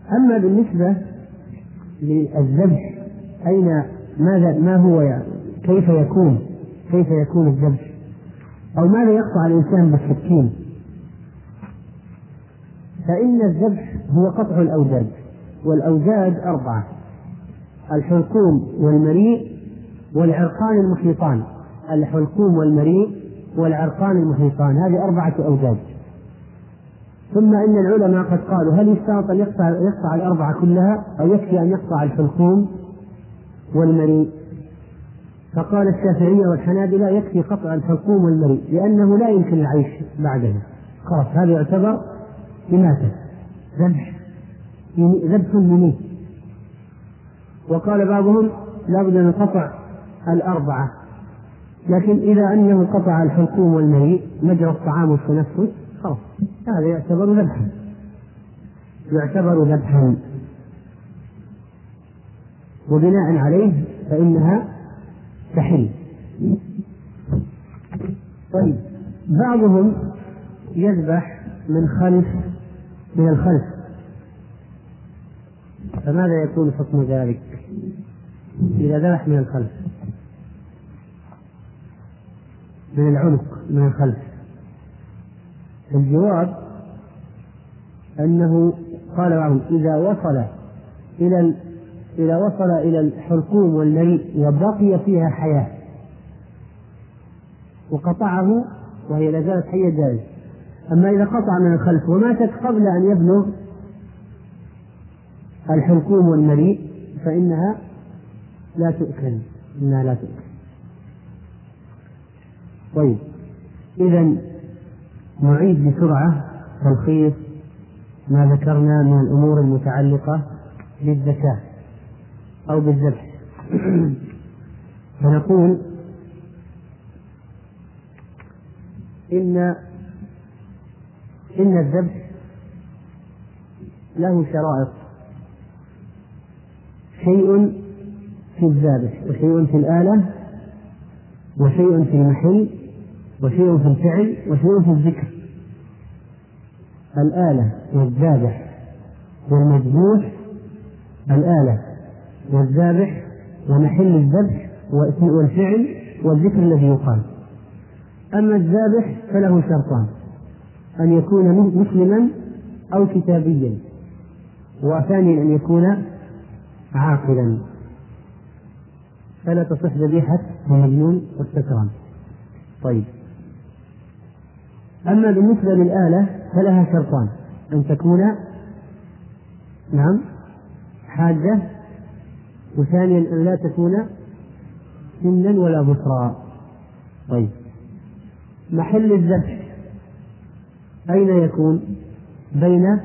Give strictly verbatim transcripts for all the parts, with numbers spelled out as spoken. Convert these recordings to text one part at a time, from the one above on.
أما بالنسبة للذبح أين ماذا ما هو يعني كيف يكون كيف يكون الذبح أو ماذا يقطع الإنسان بالسكين؟ فإن الذبح هو قطع الأوداد، والأوداد أربعة: الحلقوم والمريء والعرقان المحيطان. الحلقوم والمريء والعرقان المحيطان، هذه أربعة أوداد. ثم إن العلماء قد قالوا هل يشترط أن يقطع, يقطع الأربعة كلها أو يكفي أن يقطع الحلقوم والمريء؟ فقال الشافعية والحنابلة يكفي قطع الحلقوم والمريء، لأنه لا يمكن العيش بعدها، خلاص هذا يعتبر إماتة، ذبح ذبح يميت. وقال بعضهم لا بد من قطع الأربعة، لكن إذا أنه قطع الحلقوم والمريء مجرى الطعام والتنفس خلاص هذا يعتبر ذبحا يعتبر ذبحا وبناء عليه فإنها تحل. طيب بعضهم يذبح من خلف من الخلف، فماذا يكون حكم ذلك إذا ذبح من الخلف؟ من العنق من الخلف. الجواب أنه قال بعضهم إذا وصل إلى إذا وصل إلى الحلقوم والمريء وبقي فيها حياة وقطعه وهي لا زالت حية جائز. أما إذا قطع من الخلف وماتت قبل أن يبلغ الحلقوم والمريء فإنها لا تؤكل إنها لا تؤكل. طيب إذن نعيد بسرعة تلخيص ما ذكرنا من الأمور المتعلقة بالزكاة أو بالذبح. فنقول إن إن الذبح له شرائط، شيء في الذابح وشيء في الآلة وشيء في المحل وشيء في الفعل وشيء في الذكر. الآلة والذابح والمذبوح، الآلة والذابح ومحل الذبح والفعل والذكر الذي يقال. أما الذابح فله شرطان: أن يكون مسلما أو كتابيا، وثانيا أن يكون عاقلا، فلا تصح ذبيحة المجنون والسكران. طيب أما بالنسبة للآلة فلها شرطان: أن تكون نعم حاجة، وثانيا أن لا تكون سنا ولا بصرا. طيب محل الذبح أين يكون؟ بين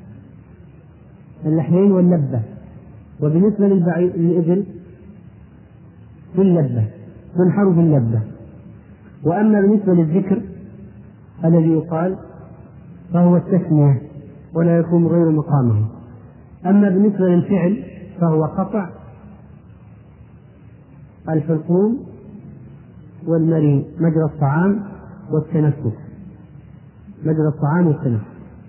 اللحمين واللبة. وبالنسبة للإبل في اللبة، تنحر في اللبة. وأما بالنسبة للذكر الذي يقال فهو التسمية ولا يكون غير مقامه. أما بالنسبة للفعل فهو قطع الحلقوم والمريء مجرى الطعام والتنفس مجرى الطعام والتنفس.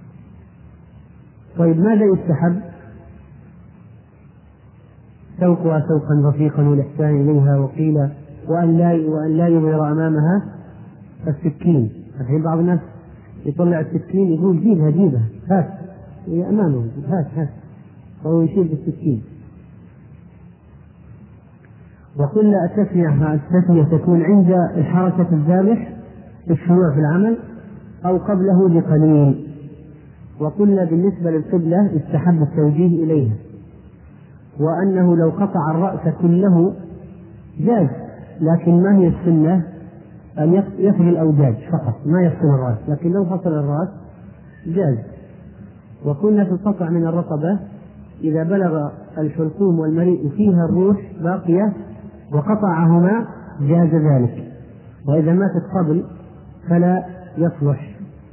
طيب ماذا يستحب؟ سوقها سوقا رفيقا والإحسان إليها، وقيل وأن لا وأن لا يظهر أمامها السكين. الحين بعض الناس يطلع السكين يقول جيبها جيبها هات، هي أمامه هات هات، فهو يشيل بالسكين. وقلنا التسمية التسمية تكون عند الحركة الذابح الشروع في العمل أو قبله بقليل. وقلنا بالنسبة للقبلة استحب التوجيه إليها، وأنه لو قطع الرأس كله جاز، لكن ما هي السنة؟ أن يفصل الأوداج فقط، ما يفصل الرأس، لكن لو فصل الرأس جاز. وكنا في القطع من الرقبة إذا بلغ الحلقوم والمريء فيها الروح باقية وقطعهما جاز ذلك، وإذا ماتت قبل فلا يصلح.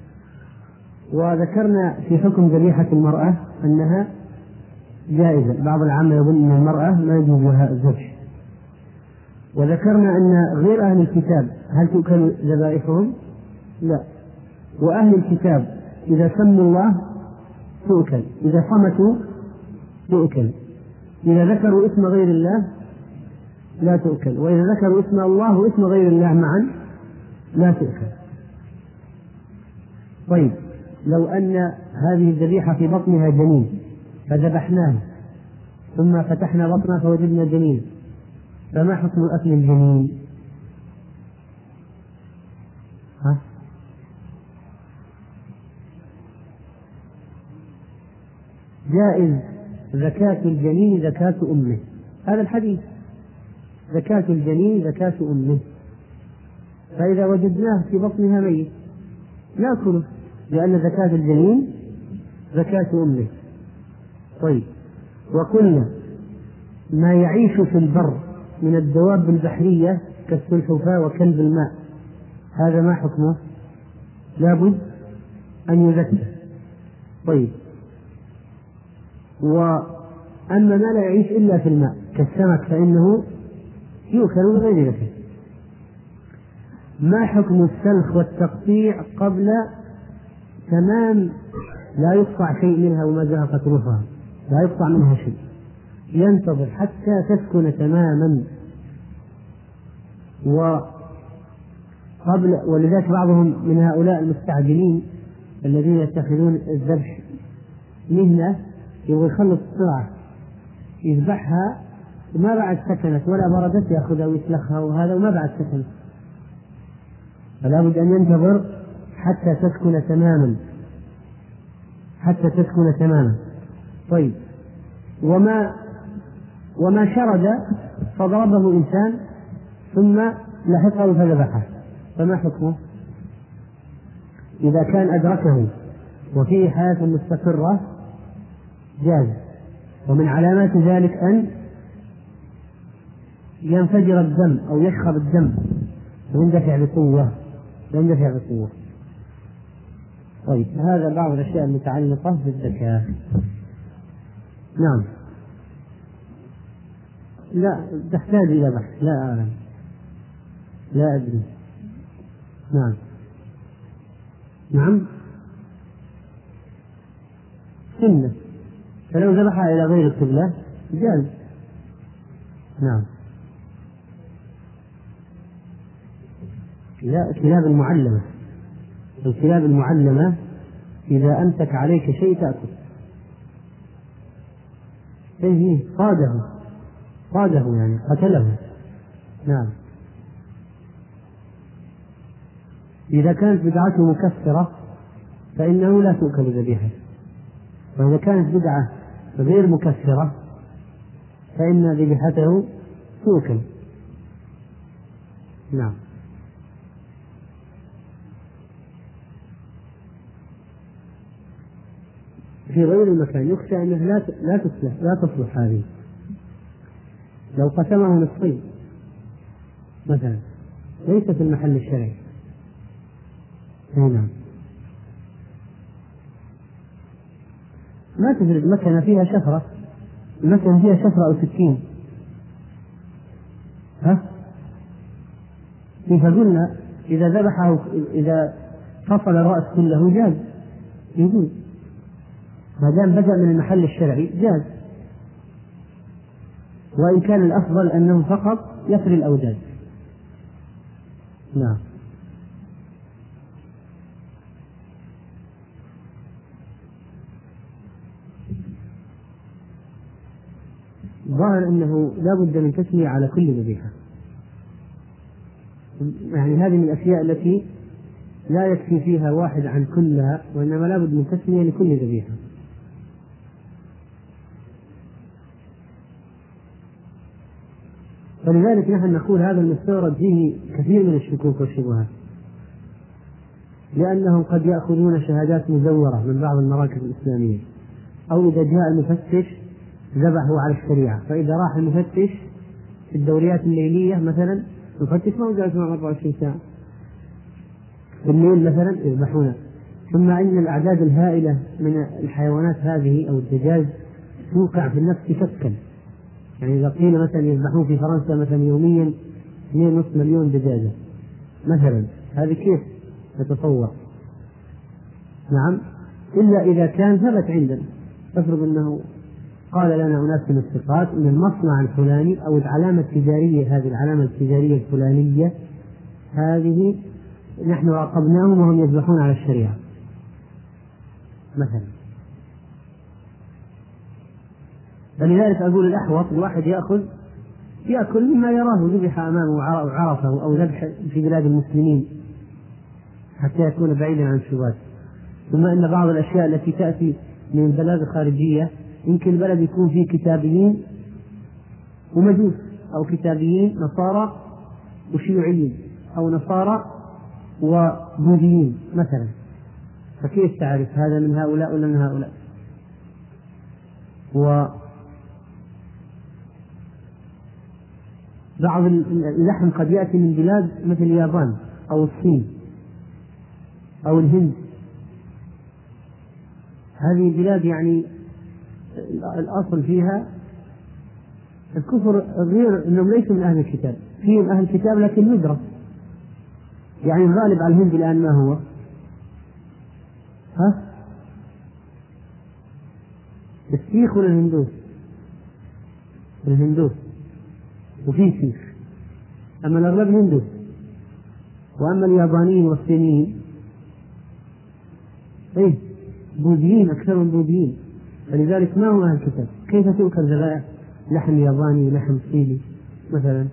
وذكرنا في حكم ذبيحة المرأة أنها جائزة، بعض العامة يظن أن المرأة ما يجوز لها الذبح. وذكرنا أن غير أهل الكتاب هل تؤكل ذبائحهم؟ لا. وأهل الكتاب إذا سموا الله تؤكل، إذا صمتوا تؤكل. إذا ذكروا اسم غير الله لا تؤكل، وإذا ذكروا اسم الله واسم غير الله معا لا تؤكل. طيب لو أن هذه الذبيحة في بطنها جنين فذبحناه ثم فتحنا بطنها فوجدنا جنين، فما حكم أكل الجنين؟ ها؟ جائز زكاة الجنين زكاة أمه، هذا الحديث زكاة الجنين زكاة أمه، فإذا وجدناه في بطنها ميت نأكله لأن زكاة الجنين زكاة أمه. طيب وقلنا ما يعيش في البر من الدواب البحرية كالسلحفاة وكلب الماء هذا ما حكمه؟ لابد أن يزكى. طيب وأما ما لا يعيش إلا في الماء كالسمك فإنه يؤكل من غير زكاة. ما حكم السلخ والتقطيع قبل تمام لا يقطع شيء منها وما زهقت روحها، لا يقطع منها شيء، ينتظر حتى تسكن تماما، وقبل ولذلك بعضهم من هؤلاء المستعجلين الذين يتخذون الذبح مهنة يبغى يخلص بسرعة يذبحها وما بعد سكنت ولا بردت يأخذها ويسلخها وهذا وما بعد سكنت، فلا بد أن ينتظر حتى تسكن تماما حتى تسكن تماما. طيب وما وما شرد فضربه إنسان ثم لحقه فذبحه فما حكمه؟ إذا كان أدركه وفيه حياة مستقرة جاز، ومن علامات ذلك أن ينفجر الدم أو يشخب الدم ويندفع بقوة يندفع بقوة. طيب هذا بعض الأشياء المتعلقة بالزكاة. نعم لا تحتاج إلى بحث، لا أعلم لا أدري. نعم نعم سنة، فلو ذبحها إلى غير القبلة جاز. نعم لا الكلاب المعلمة الكلاب المعلمة إذا أمسك عليك شيء تأكل. إيه قاده قاده يعني قتله. نعم إذا كانت بدعته مكفرة فإنه لا تؤكل ذبيحة، وإذا كانت بدعة غير مكفرة فإن ذبيحته تؤكل. نعم في غير المكان يخشى أنها لا لا تصلح لا تصلح هذه. لو قسمه نصفين مثلا ليس في المحل الشرعي. نعم ما تدري المكنة فيها شفرة المكنة فيها شفرة أو سكين ها فقلنا إذا ذبحه إذا فصل الرأس كله جاز يجوز ما دام بدأ من المحل الشرعي جاز، وإن كان الأفضل أنه فقط يفري الأوداج. نعم ظاهر أنه لا بد من تسمية على كل ذبيحة، يعني هذه من الأشياء التي لا يكفي فيها واحد عن كلها، وإنما لا بد من تسمية لكل ذبيحة. فلذلك نحن نقول هذا المستورد فيه كثير من الشكوك والشبهات، لأنهم قد يأخذون شهادات مزورة من بعض المراكز الإسلامية، أو إذا جاء المفتش ذبحوا على الشريعة، فإذا راح المفتش في الدوريات الليلية مثلا المفتش ما هو جالس معه أربعة وعشرين ساعة في الليل مثلا يذبحونه، ثم أن الأعداد الهائلة من الحيوانات هذه أو الدجاج توقع في النفس شكا. يعني إذا قيل مثلا يذبحون في فرنسا مثلا يوميا اثنين ونصف مليون دجاجة مثلا، هذه كيف تتصور؟ نعم إلا إذا كان ثبت عندنا، تفرض أنه قال لنا أناس من الثقات أن المصنع الفلاني أو العلامة التجارية، هذه العلامة التجارية الفلانية هذه نحن راقبناهم وهم يذبحون على الشريعة مثلا. فلذلك أقول الأحوط الواحد يأخذ يأكل مما يراه ذبح أمامه وعرفه أو ذبح في بلاد المسلمين حتى يكون بعيدا عن الشبهات. ثم إن بعض الأشياء التي تأتي من بلاد خارجية يمكن البلد يكون فيه كتابيين ومجوس أو كتابيين نصارى وشيوعيين أو نصارى وبوذيين مثلا، فكيف تعرف هذا من هؤلاء ولا من هؤلاء؟ وبعض اللحم قد يأتي من بلاد مثل اليابان أو الصين أو الهند، هذه البلاد يعني الأصل فيها الكفر، غير أنهم ليسوا من أهل الكتاب، فيهم أهل الكتاب لكن ندرة. يعني الغالب على الهند الآن ما هو؟ ها؟ السيخ ولا الهندوس؟ الهندوس، وفي سيخ، أما الأغلب هندوس. وأما اليابانيين والصينيين إيه بوذيين، أكثرهم بوذيين، فلذلك ما هم أهل الكتاب. كيف تؤكل ذبائح لحم ياباني ولحم صيني مثلا؟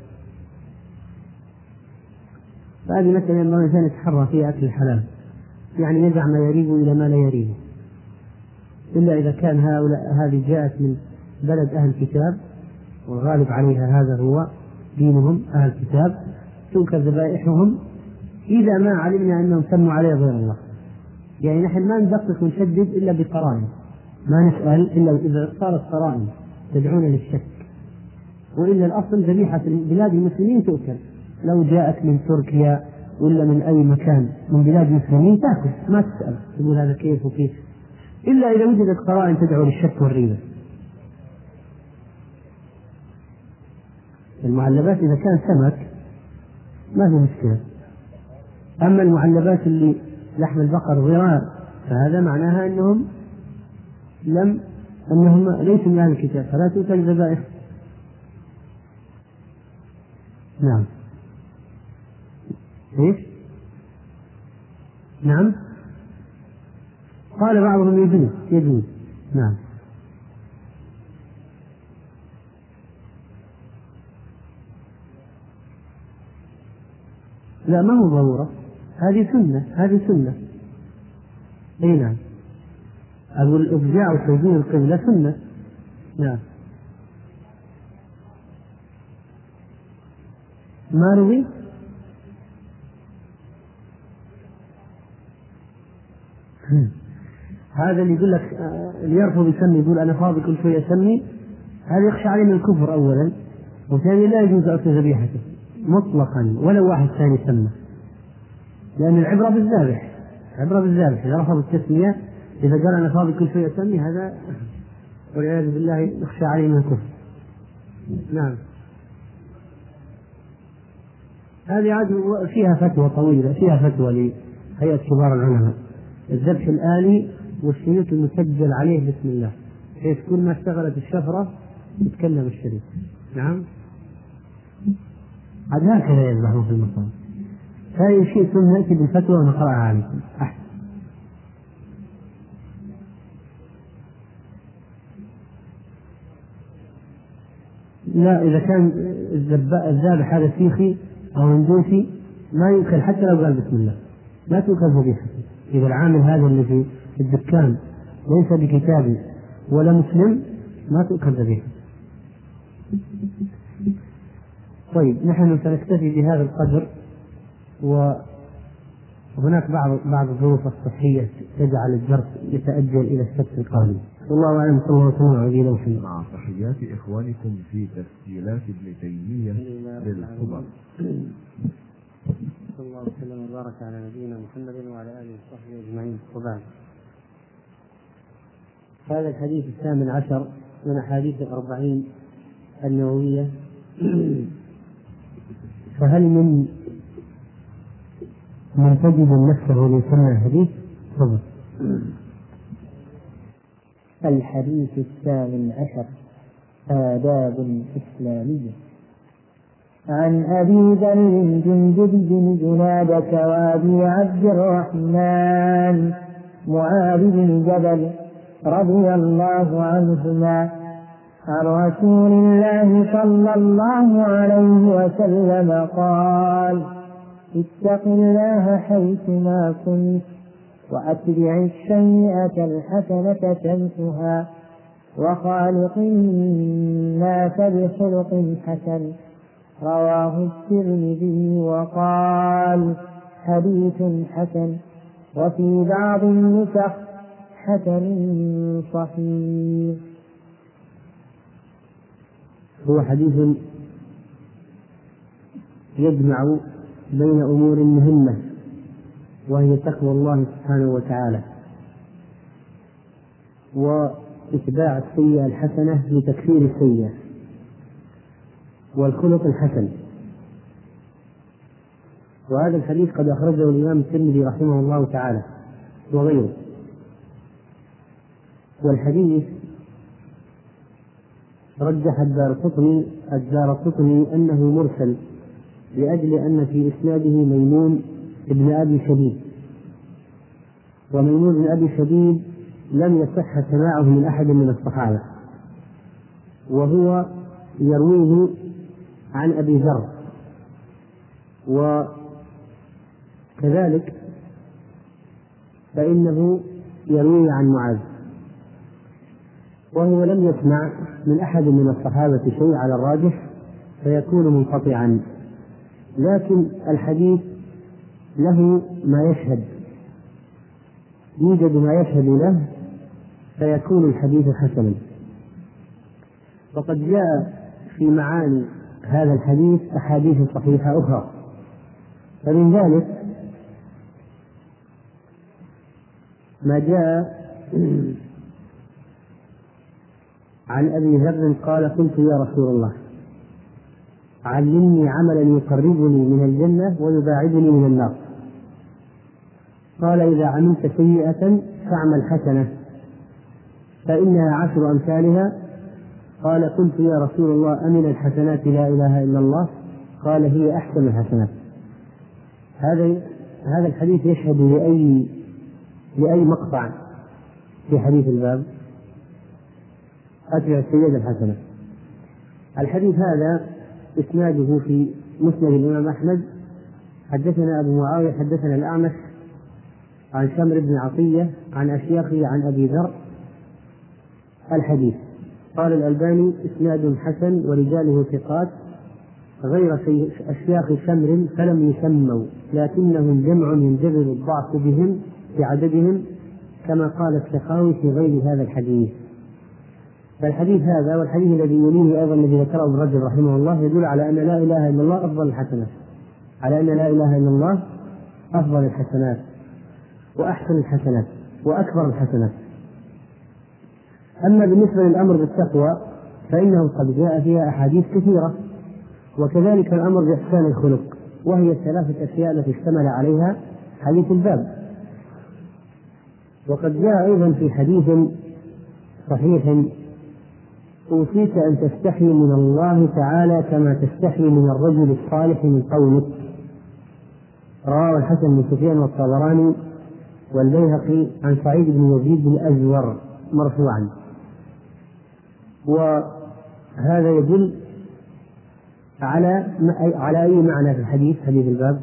فهذه مثلا ينبغي الإنسان يتحرى فيها أكل الحلال، يعني يدع ما يريبه إلى ما لا يريبه، إلا إذا كان هؤلاء هذه جاءت من بلد أهل الكتاب والغالب عليها هذا هو دينهم أهل الكتاب، تؤكل ذبائحهم إذا ما علمنا أنهم سموا عليه غير الله. يعني نحن ما ندقق ونشدد إلا بقرائن، ما نسأل إلا إذا صارت قرائن تدعون للشك، وإلا الأصل ذبيحة بلاد المسلمين تؤكل. لو جاءت من تركيا ولا من أي مكان من بلاد المسلمين تأكل، ما تسأل تقول هذا كيف وكيف، إلا إذا وجدت قرائن تدعو للشك والريبة. المعلبات إذا كان سمك ما في مشكلة، أما المعلبات اللي لحم البقر ضرار فهذا معناها أنهم لم أنهم ليسوا من أهل الكتاب، فلا تؤكل ذبائح. نعم. إيش؟ نعم. قال بعضهم يجوز يجوز. نعم. لا ما هو ضرورة، هذه سنة، هذه سنة. أي نعم. أقول الإفجاع وتوجيه القبلة سنة. نعم. ما روي؟ هذا اللي يقول لك اللي يرفض يسمي يقول أنا فاضي كل شوية أسمي، هذا يخشى عليه من الكفر أولا، وثانيا لا يجوز أكل ذبيحته مطلقا ولو واحد ثاني سمى، لأن العبرة بالذابح، العبرة بالذابح. إذا رفض التسمية، إذا قال أنا فاضي كل شوية أسمي، هذا والعياذ بالله يخشى عليه من الكفر. نعم. هذه عاد فيها فتوى طويلة، فيها فتوى لهيئة كبار العلماء، الذبح الآلي والشريط المسجل عليه بسم الله، حيث كل ما اشتغلت الشفرة يتكلم الشريط. نعم. عاد هكذا يذبحون في المصائب. فأي شيء ثم نأتي بالفتوى ونقرأها عليكم أحسن. لا، إذا كان الذابح هذا سيخي أو هندوسي ما يؤكل حتى لو قال بسم الله، لا تؤكل ذبيحته. إذا العامل هذا اللي في الدكان ليس بكتابي ولا مسلم ما تؤكل ذبيحته. طيب نحن سنكتفي بهذا القدر، وهناك بعض بعض الظروف الصحية تجعل الدرس يتأجل إلى السبت القادم. والله أعلم. صلى الله عليه وسلم على نبينا محمد. مع تحيات إخوانكم في تسجيلات ابن تيمية للخبر. صلى الله وسلم وبارك على نبينا محمد وعلى آله وصحبه أجمعين، وبعد. هذا الحديث الثامن عشر من أحاديث الأربعين النووية. فهل من من تجد نفسه ليسمع الحديث؟ تفضل. الحديث الثامن عشر: آداب إسلامية. عن أبي ذر جندب بن جنادة وأبي عبد الرحمن معاذ بن جبل رضي الله عنهما عن رسول الله صلى الله عليه وسلم قال: اتق الله حيثما كنت وأتبع السيئة الحسنة تمحها وخالق الناس بخلق حسن. رواه الترمذي وقال: حديث حسن. وفي بعض النسخ: حسن صحيح. هو حديث يجمع بين أمور مهمة، وهي تقوى الله سبحانه وتعالى، وإتباع السيئة الحسنة لتكفير السيئة، والخلق الحسن. وهذا الحديث قد أخرجه الإمام الترمذي رحمه الله تعالى وغيره. والحديث رجح الدارقطني الدارقطني أنه مرسل، لأجل أن في إسناده ميمون ابن أبي شبيب، وميمون بن أبي شبيب لم يصح سماعه من أحد من الصحابة، وهو يرويه عن أبي ذر، وكذلك فإنه يروي عن معاذ، وهو لم يسمع من أحد من الصحابة شيء على الراجح، فيكون منقطعا. لكن الحديث له ما يشهد، يوجد ما يشهد له، فيكون الحديث حسنا. وقد جاء في معاني هذا الحديث أحاديث صحيحة أخرى، فمن ذلك ما جاء عن أبي ذر قال: قلت يا رسول الله علمني عملا يقربني من الجنة ويباعدني من النار. قال: إذا عملت سيئة فاعمل حسنة فإنها عشر أمثالها. قال: قلت يا رسول الله أمن الحسنات لا إله إلا الله؟ قال: هي أحسن الحسنات. هذا هذا الحديث يشهد لأي لأي مقطع في حديث الباب: أتبع السيئة الحسنة. الحديث هذا إسناده في مسند الإمام أحمد. حدثنا أبو معاوية حدثنا الأعمش عن شمر بن عطية عن أشياخه عن أبي ذر الحديث. قال الألباني: إسناد حسن ورجاله ثقات غير أشياخ شمر فلم يسموا، لكنهم جمع ينجبر الضعف بهم بعددهم، كما قال السخاوي في غير هذا الحديث. فالحديث هذا والحديث الذي يليه أيضا الذي ذكره ابن رجب رحمه الله يدل على أن لا إله إلا الله أفضل الحسنات، على أن لا إله إلا الله أفضل الحسنات وأحسن الحسنات وأكبر الحسنات. أما بالنسبة للأمر بالتقوى فإنه قد جاء فيها أحاديث كثيرة، وكذلك الأمر بإحسان الخلق، وهي الثلاثة أشياء التي اشتمل عليها حديث الباب. وقد جاء أيضا في حديث صحيح: أوصيك أن تستحي من الله تعالى كما تستحي من الرجل الصالح من قولك. رواه الحسن بن سفيان والطبراني والبيهقي عن سعيد بن يزيد بن أزور مرفوعا. وهذا يدل على على أي معنى في الحديث حديث الباب: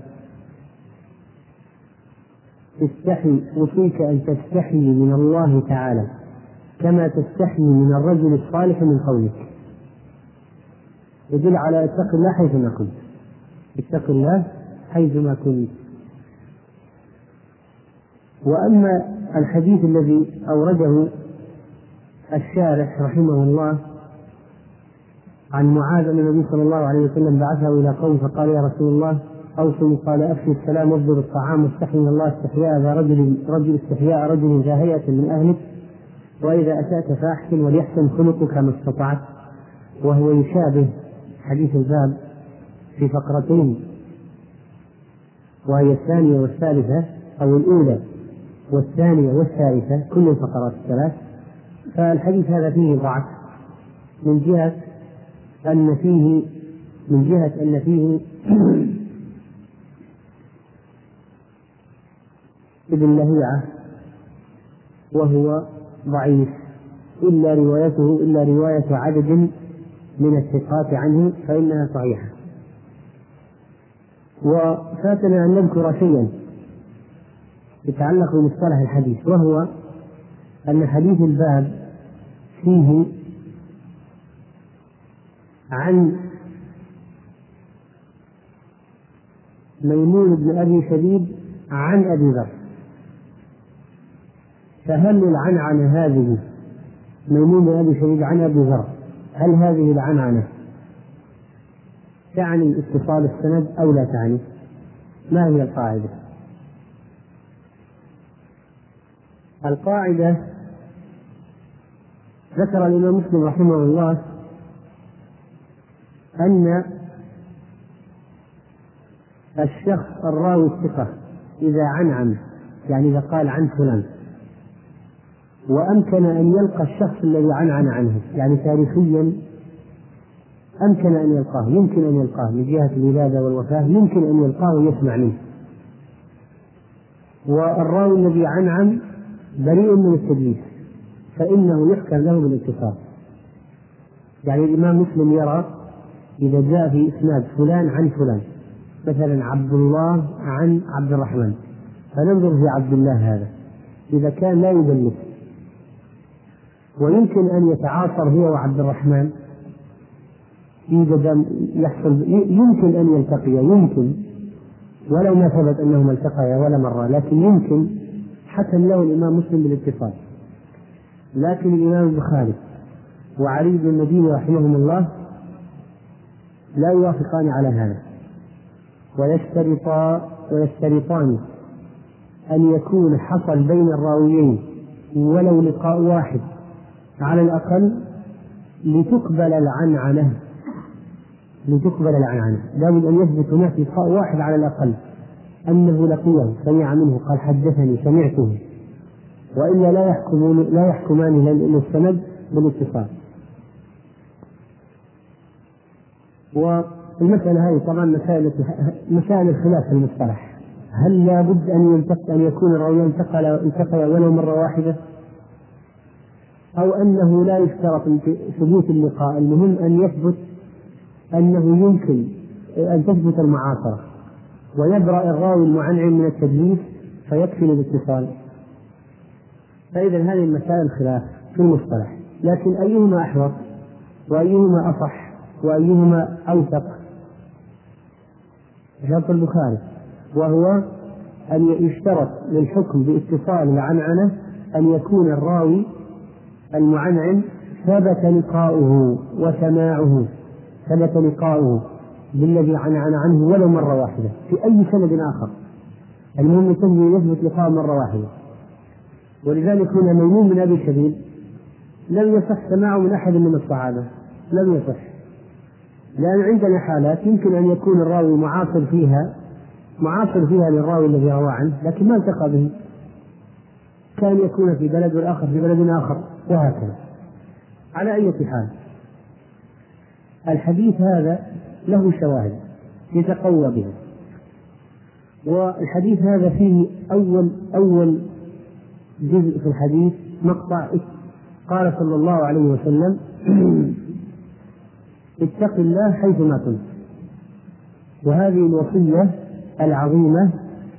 استحي، أوصيك أن تستحي من الله تعالى كما تستحي من الرجل الصالح من قولك. يدل على اتق الله حيثما كنت، اتق الله حيثما كنت. وأما الحديث الذي أورده الشارح رحمه الله عن معاذ أن النبي صلى الله عليه وسلم بعثه إلى قوم فقال: يا رسول الله أوصني. قال: أفشي السلام واصبر الطعام واستحي من الله استحياء رجل رجل استحياء رجل ذا هيئة من أهلك، وإذا أتاك فأحسن وليحسن خلقك ما استطعت. وهو يشابه حديث الباب في فقرتين، وهي الثانية والثالثة، أو الأولى والثانية والثالثة، كل الفقرات الثلاث فالحديث هذا فيه ضعف من جهة أن فيه من جهة أن فيه ابن لهيعة وهو ضعيف، إلا روايته إلا رواية عدد من الثقات عنه فإنها صحيحة. وفاتنا أن نذكر شيئا يتعلق بمصطلح الحديث، وهو أن حديث الباب فيه عن ميمون بن أبي شبيب عن أبي ذر، فهل العنعنة هذه ميمون بن أبي شبيب عن أبي ذر، هل هذه العنعنة تعني اتصال السند أو لا تعني؟ ما هي القاعدة؟ القاعدة ذكر الإمام مسلم رحمه الله أن الشخص الراوي الثقة إذا عنعن، يعني إذا قال عن فلان وأمكن أن يلقى الشخص الذي عنعن عنه، يعني تاريخيا أمكن أن يلقاه، يمكن أن يلقاه من جهة الولادة والوفاة، يمكن أن يلقاه ويسمع منه، والراوي الذي عنعن بريء من التدليس فإنه يحكم له بالاتصال. يعني الإمام مسلم يرى إذا جاء في إسناد فلان عن فلان، مثلا عبد الله عن عبد الرحمن، فننظر في عبد الله هذا إذا كان لا يدلس ويمكن أن يتعاصر هو وعبد الرحمن، يوجد يحصل يمكن أن يلتقيا، يمكن ولو ما ثبت أنهما التقيا ولا مرة، لكن يمكن حكم له الإمام مسلم بالاتصال. لكن الإمام البخاري وعلي بن المديني رحمهم الله لا يوافقان على هذا، ويشترطان ويشترطان أن يكون حصل بين الراويين ولو لقاء واحد على الأقل لتقبل العنعنة، لتقبل العنعنة لابد أن يثبت هناك لقاء واحد على الأقل أنه لقيه سمع منه قال حدثني سمعته، وإلا لا يحكمون لا يحكمان للسند بالاتصال. والمسألة هذه طبعا مسائل مسائل الخلاف في المصطلح، هل لابد أن ينتقل أن يكون الراوي انتقل انتقل ولو مرة واحدة، أو أنه لا يشترط ثبوت اللقاء، المهم أن يثبت أنه يمكن أن تثبت المعاصرة ويبرأ الراوي المعنعن من التدليس فيكفي الاتصال. فإذا هذه المسائل خلاف في المصطلح، لكن أيهما أحوط وأيهما أصح وأيهما أوثق؟ شرط البخاري، وهو أن يشترط للحكم باتصال العنعنة أن يكون الراوي المعنعن ثبت لقاؤه وسماعه، ثبت لقاؤه بالذي عنعن عنه ولو مرة واحدة في أي سند آخر، المهم يثبت لقاء مرة واحدة. ولذلك هنا ميمون بن أبي شبيب لم يصح سماعه من أحد من الصحابة، لم يصح، لأن عندنا حالات يمكن أن يكون الراوي معاصر فيها معاصر فيها للراوي الذي روى عنه لكن ما التقى به، كان يكون في بلد والآخر في بلد آخر وهكذا. على أي حال الحديث هذا له شواهد يتقوى بها، والحديث هذا فيه أول أول جزء في الحديث مقطع قال صلى الله عليه وسلم اتق الله حيثما كنت، وهذه الوصية العظيمة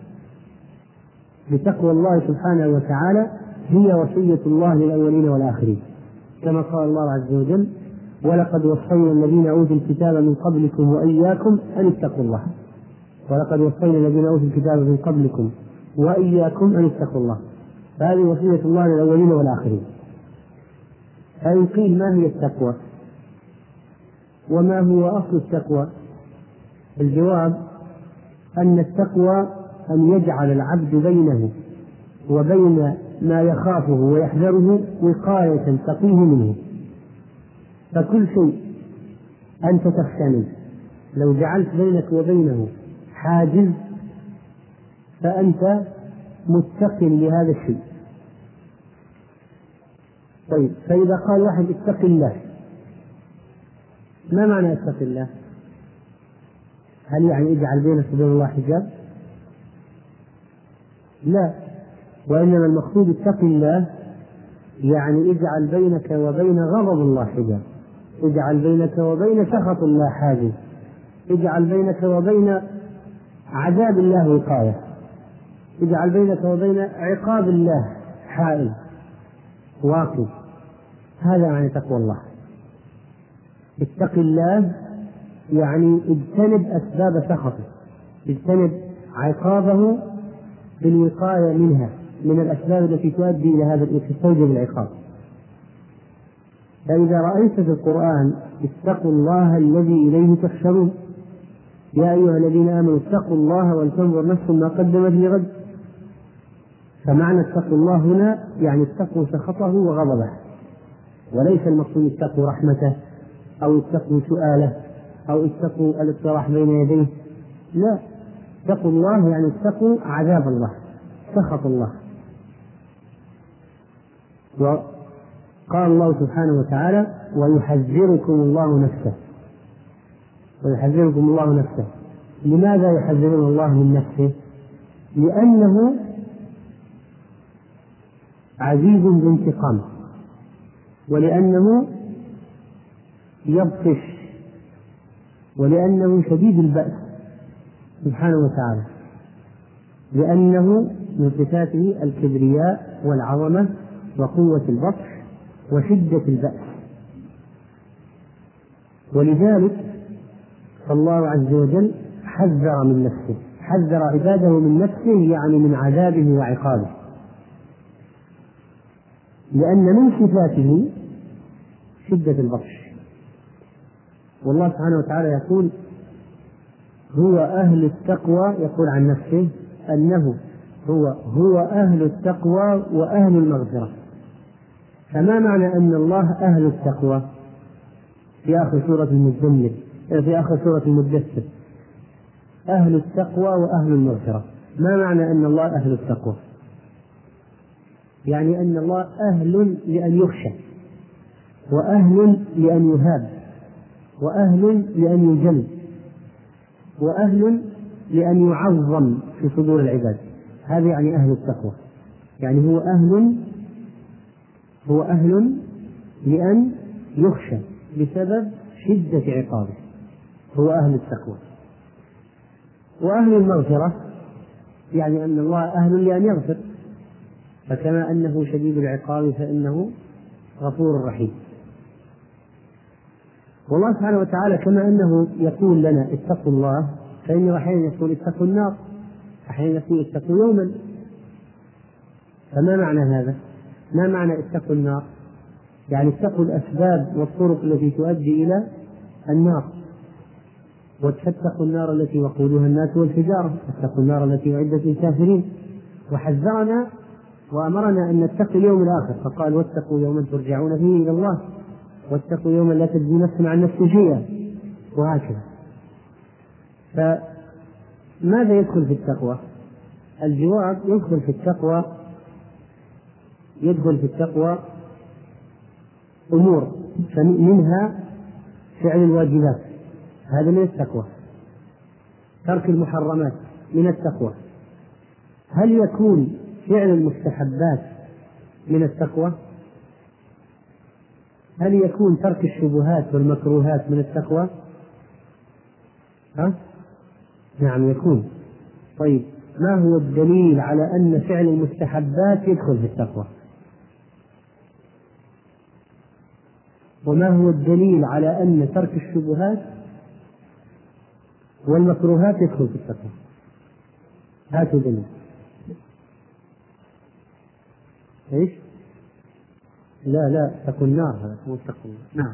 بتقوى الله سبحانه وتعالى هي وصية الله للأولين والآخرين، كما قال الله عز وجل ولقد وصينا الذين أوتوا الكتاب من قبلكم وإياكم أن اتقوا الله، ولقد وصينا الذين أوتوا الكتاب من قبلكم وإياكم أن اتقوا الله، فهذه وصية الله للأولين والآخرين. فإن قيل ما هي التقوى وما هو أصل التقوى؟ الجواب أن التقوى أن يجعل العبد بينه وبين ما يخافه ويحذره وقاية تقيه منه، فكل شيء أنت تخشى منه لو جعلت بينك وبينه حاجز فأنت متق لهذا الشيء. طيب، فإذا قال واحد اتق الله، ما معنى اتق الله؟ هل يعني اجعل بينك وبين الله حجاب؟ لا، وإنما المقصود اتق الله يعني اجعل بينك وبين غضب الله حجاب، اجعل بينك وبين سخط الله حاجز، اجعل بينك وبين عذاب الله وقاية، اجعل بينك وبين عقاب الله حائل واقف. هذا معنى تقوى الله. اتق الله يعني اجتنب أسباب سخطه، اجتنب عقابه بالوقاية منها، من الأسباب التي تؤدي إلى هذا تستوجب العقاب. فإذا رأيت في القرآن اتقوا الله الذي إليه تحشرون، يا أيها الذين آمنوا اتقوا الله ولتنظر نفس ما قدمت لغد، فمعنى اتقوا الله هنا يعني اتقوا سخطه وغضبه، وليس المقصود اتقوا رحمته أو اتقوا سؤاله أو اتقوا الاقتراح بين يديه، لا، اتقوا الله يعني اتقوا عذاب الله، سخط الله. وقال الله سبحانه وتعالى ويحذركم الله نفسه، ويحذركم الله نفسه. لماذا يحذرون الله من نفسه؟ لأنه عزيز بانتقام، ولأنه يبطش، ولأنه شديد البأس سبحانه وتعالى، لأنه من صفاته الكبرياء والعظمة وقوة البطش وشدة البأس. ولذلك فالله عز وجل حذر من نفسه، حذر عباده من نفسه يعني من عذابه وعقابه، لأن من صفاته شدة البطش. والله سبحانه وتعالى يقول هو أهل التقوى، يقول عن نفسه أنه هو هو أهل التقوى وأهل المغفرة. فما معنى أن الله أهل التقوى في آخر سورة المزمل، في آخر سورة المدثر أهل التقوى وأهل المغفرة؟ ما معنى أن الله أهل التقوى؟ يعني أن الله أهل لأن يخشى، وأهل لأن يهاب، وأهل لأن يجل، وأهل لأن يعظم في صدور العباد. هذا يعني أهل التقوى، يعني هو أهل هو أهل لأن يخشى بسبب شدة عقابه، هو أهل التقوى. وأهل المغفرة يعني أن الله أهل لأن يغفر، فكما أنه شديد العقاب فإنه غفور رحيم. والله سبحانه وتعالى كما أنه يقول لنا اتقوا الله، فإنه أحيانا يقول اتقوا النار، أحيانا يقول اتقوا يوما. فما معنى هذا؟ ما معنى اتقوا النار؟ يعني اتقوا الأسباب والطرق التي تؤدي إلى النار، واتقوا النار التي وقودها الناس والحجارة، اتقوا النار التي أعدت للكافرين. وحذرنا وأمرنا أن نتقي اليوم الآخر، فقال واتقوا يوما ترجعون فيه إلى الله، واتقوا يوما لا تجزي نفس عن نفس شيئا، وهكذا. فماذا يدخل في التقوى؟ الجواب يدخل في التقوى يدخل في التقوى أمور، منها فعل الواجبات، هذا من التقوى. ترك المحرمات من التقوى. هل يكون فعل المستحبات من التقوى؟ هل يكون ترك الشبهات والمكروهات من التقوى؟ ها؟ نعم يكون. طيب، ما هو الدليل على أن فعل المستحبات يدخل في التقوى؟ وما هو الدليل على أن ترك الشبهات والمكروهات يدخل في التقوى؟ هاتوا دليل. ايش؟ لا لا اتقوا النار، هذا هو اتقوا. نعم.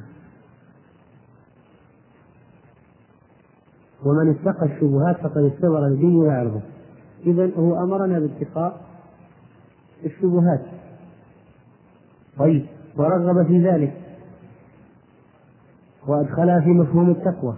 ومن اتقى الشبهات فقد استبرأ لدينه وعرضه. إذن هو أمرنا باتقاء الشبهات، طيب، ورغب في ذلك وأدخلها في مفهوم التقوى،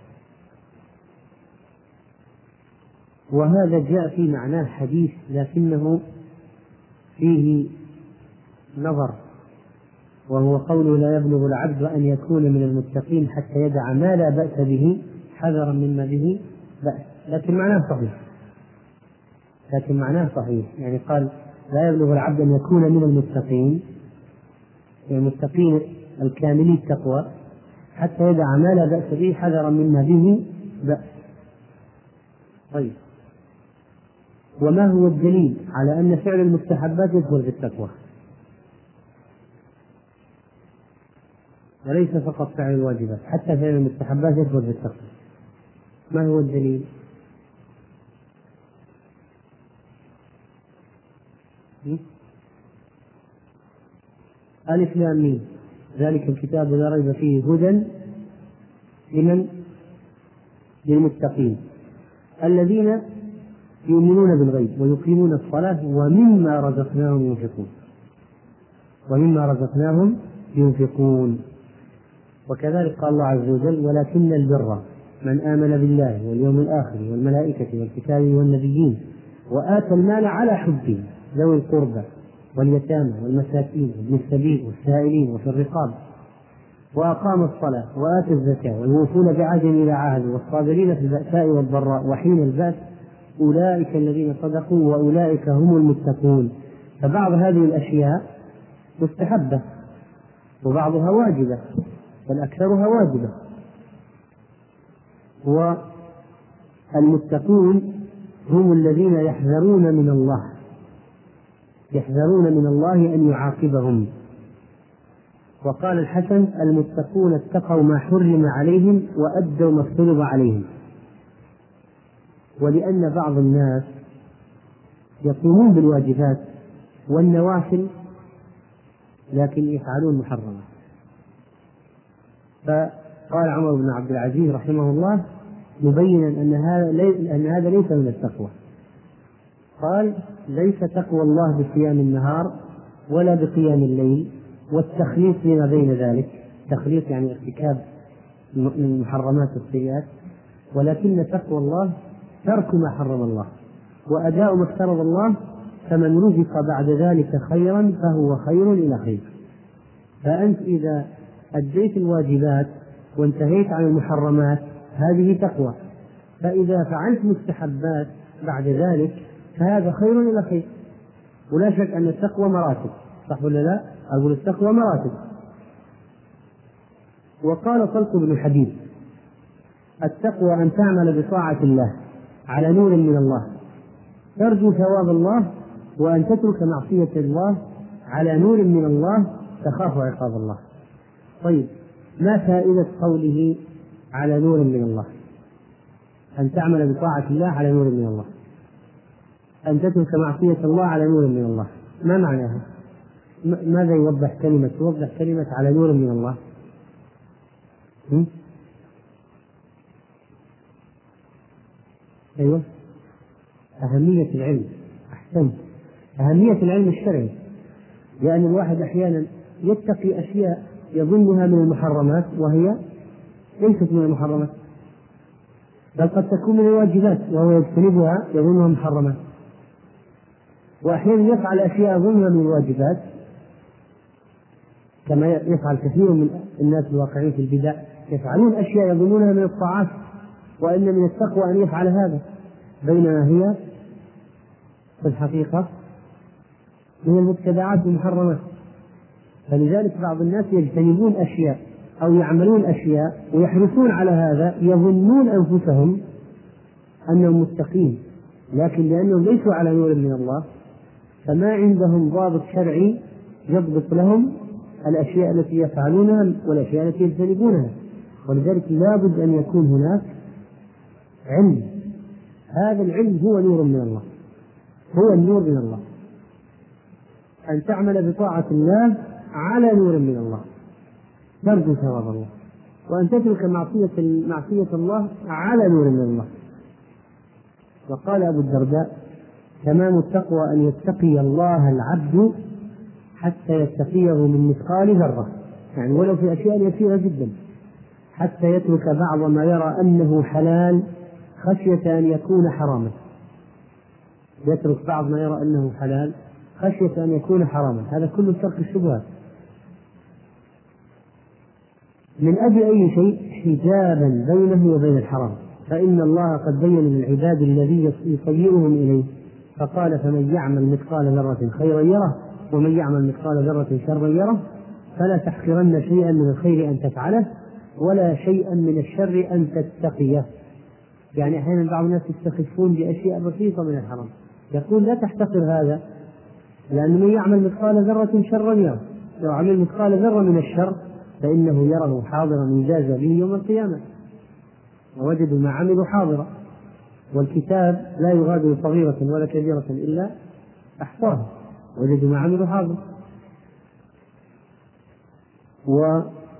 وهذا جاء في معناه حديث لكنه فيه نظر، وهو قوله لا يبلغ العبد أن يكون من المتقين حتى يدع ما لا بأس به حذرا مما به بأس، لكن معناه صحيح، لكن معناه صحيح يعني قال لا يبلغ العبد أن يكون من المتقين، المتقين الكاملي التقوى، حتى يدع ما لا بأس به حذرا مما به بأس. طيب، وما هو الدليل على أن فعل المستحبات يدخل في التقوى وليس فقط فعل الواجبات، حتى فعل المستحبات يدخل في التقوى؟ ما هو الدليل؟ ألف لام ميم ذلك الكتاب لا ريب فيه هدى لمن؟ للمتقين الذين يؤمنون بالغيب ويقيمون الصلاة ومما رزقناهم ينفقون، ومما رزقناهم ينفقون. وكذلك قال الله عز وجل ولكن البر من آمن بالله واليوم الآخر والملائكة والكتاب والنبيين وآتى المال على حبه ذوي القربى واليتامى والمساكين وابن السبيل والسائلين وفي الرقاب وأقام الصلاة وآتى الزكاة والموفون بعهدهم إلى عهد والصابرين في البأساء والضراء وحين البأس أولئك الذين صدقوا وأولئك هم المتقون. فبعض هذه الأشياء مستحبة وبعضها واجبة بل أكثرها واجبة. والمتقون هم الذين يحذرون من الله، يحذرون من الله أن يعاقبهم. وقال الحسن المتقون اتقوا ما حرم عليهم وأدوا ما افترض عليهم. ولأن بعض الناس يقومون بالواجبات والنوافل لكن يفعلون محرمات. فقال عمر بن عبد العزيز رحمه الله مبينا أن هذا أن هذا ليس من التقوى، قال ليس تقوى الله بصيام النهار ولا بقيام الليل والتخليص فيما بين ذلك، تخليص يعني ارتكاب المحرمات والسيئات، ولكن تقوى الله ترك ما حرم الله وأداء ما افترض الله، فمن رزق بعد ذلك خيرا فهو خير إلى خير. فأنت إذا أديت الواجبات وانتهيت عن المحرمات هذه تقوى، فإذا فعلت مستحبات بعد ذلك فهذا خير إلى خير. ولا شك أن التقوى مراتب، صح ولا لا؟ أقول التقوى مراتب. وقال طلق بن حبيب التقوى أن تعمل بطاعة الله على نور من الله ترجو ثواب الله، وأن تترك معصية الله على نور من الله تخاف عقاب الله. طيب، ما فائدة قوله على نور من الله؟ أن تعمل بطاعة الله على نور من الله، أن تترك معصية الله على نور من الله، ما معناها؟ ماذا يوضح كلمة يوضح كلمة على نور من الله؟ م? أيوة، أهمية العلم. أحسنت، أهمية العلم الشرعي، لأن الواحد أحيانا يتقي أشياء يظنها من المحرمات وهي ليست من المحرمات، بل قد تكون من الواجبات وهو يجتنبها يظنها محرمات. وأحيانا يفعل أشياء يظنها من الواجبات كما يفعل كثير من الناس الواقعين في البدع، يفعلون أشياء يظنونها من الطاعات وإن من التقوى أن يفعل هذا، بينما هي في الحقيقة من المبتدعات والمحرمات. فلذلك بعض الناس يجتنبون أشياء أو يعملون أشياء ويحرصون على هذا، يظنون أنفسهم أنهم متقين، لكن لأنهم ليسوا على نور من الله فما عندهم ضابط شرعي يضبط لهم الأشياء التي يفعلونها والأشياء التي يجتنبونها. ولذلك لا بد أن يكون هناك علم، هذا العلم هو نور من الله، هو النور من الله، أن تعمل بطاعة الله على نور من الله ترجو ثواب الله، وأن تترك معصية معصية الله على نور من الله. وقال أبو الدرداء تمام التقوى أن يتقي الله العبد حتى يتقيه من مثقال ذرة، يعني ولو في أشياء يسيرة جدا، حتى يترك بعض ما يرى أنه حلال خشية أن يكون حراما، يترك بعض ما يرى أنه حلال خشية أن يكون حراما، هذا كله ترك الشبهات. من أجل أي شيء حجابا بينه وبين الحرام، فإن الله قد بين للعباد الذي يصيرهم إليه، فقال فمن يعمل مثقال ذرة خيرا يره ومن يعمل مثقال ذرة شرا يره، فلا تحقرن شيئا من الخير أن تفعله ولا شيئا من الشر أن تتقيه. يعني أحيانا بعض الناس يستخفون بأشياء بسيطة من الحرام، يقول لا تحتقر هذا، لأن من يعمل مثقال ذرة شرا يره، لو عمل مثقال ذرة من الشر فإنه يره حاضرا يجازى به يوم القيامة، ووجدوا ما عملوا حاضرا، والكتاب لا يغادر صغيرة ولا كبيرة إلا أحصاها، وجدوا ما عملوا حاضرا. و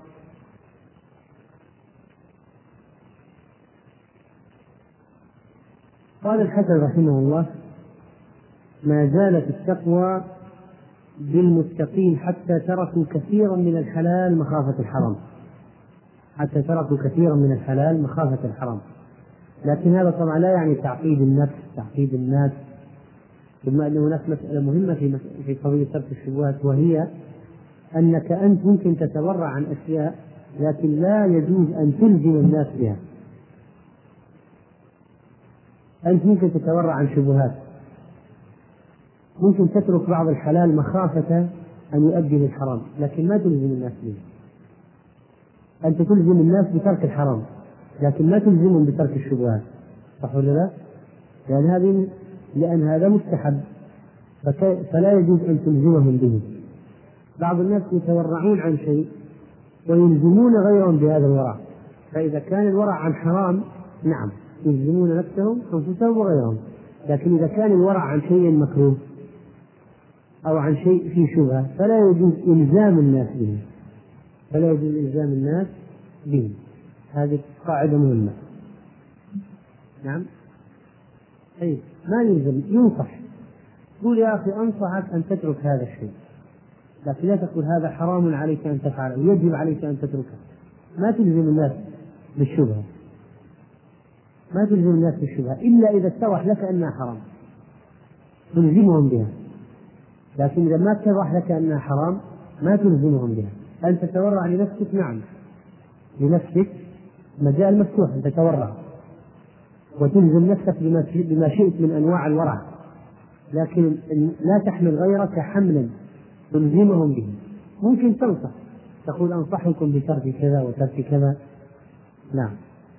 قال الحسن رحمه الله ما زالت التقوى بالمتقين حتى تركوا كثيرا من الحلال مخافة الحرام، حتى تركوا كثيرا من الحلال مخافة الحرام. لكن هذا طبعا لا يعني تعقيد النفس، تعقيد الناس، ثم أن هناك مسألة مهمة في في قضية ترك الشبهات، وهي أنك أنت ممكن تتورع عن أشياء لكن لا يجوز أن تلزم الناس بها. أنت ممكن تتورع عن شبهات، ممكن تترك بعض الحلال مخافة أن يؤدي للحرام، لكن ما تلزم الناس به. أنت تلزم الناس بترك الحرام لكن ما تلزمهم بترك الشبهات، صح ولا لا؟ لأن هذه لأن هذا مستحب فلا يجوز أن تلزمهم به. بعض الناس يتورعون عن شيء ويلزمون غيرهم بهذا الورع، فإذا كان الورع عن حرام نعم يلزمون نفسهم أنفسهم وغيرهم، لكن إذا كان الورع عن شيء مكروه أو عن شيء فيه شبهة فلا يجوز إلزام الناس به، فلا يجوز إلزام الناس به. هذه قاعدة مهمة. نعم أي ما يلزم، ينصح، قول يا أخي أنصحك أن تترك هذا الشيء، لكن لا تقول هذا حرام عليك أن تفعله ويجب عليك أن تتركه. ما تلزم الناس بالشبهة، ما تلزم الناس بالشبهة إلا إذا اتضح لك أنها حرام تلزمهم بها، لكن إذا ما اتضح لك أنها حرام ما تلزمهم بها. أن تتورع لنفسك، نعم لنفسك مجال مفتوح أن تتورع وتلزم نفسك بما شئت من أنواع الورع، لكن لا تحمل غيرك حملا تلزمهم به. ممكن تنصح تقول أنصحكم بترك كذا وترك كذا، نعم.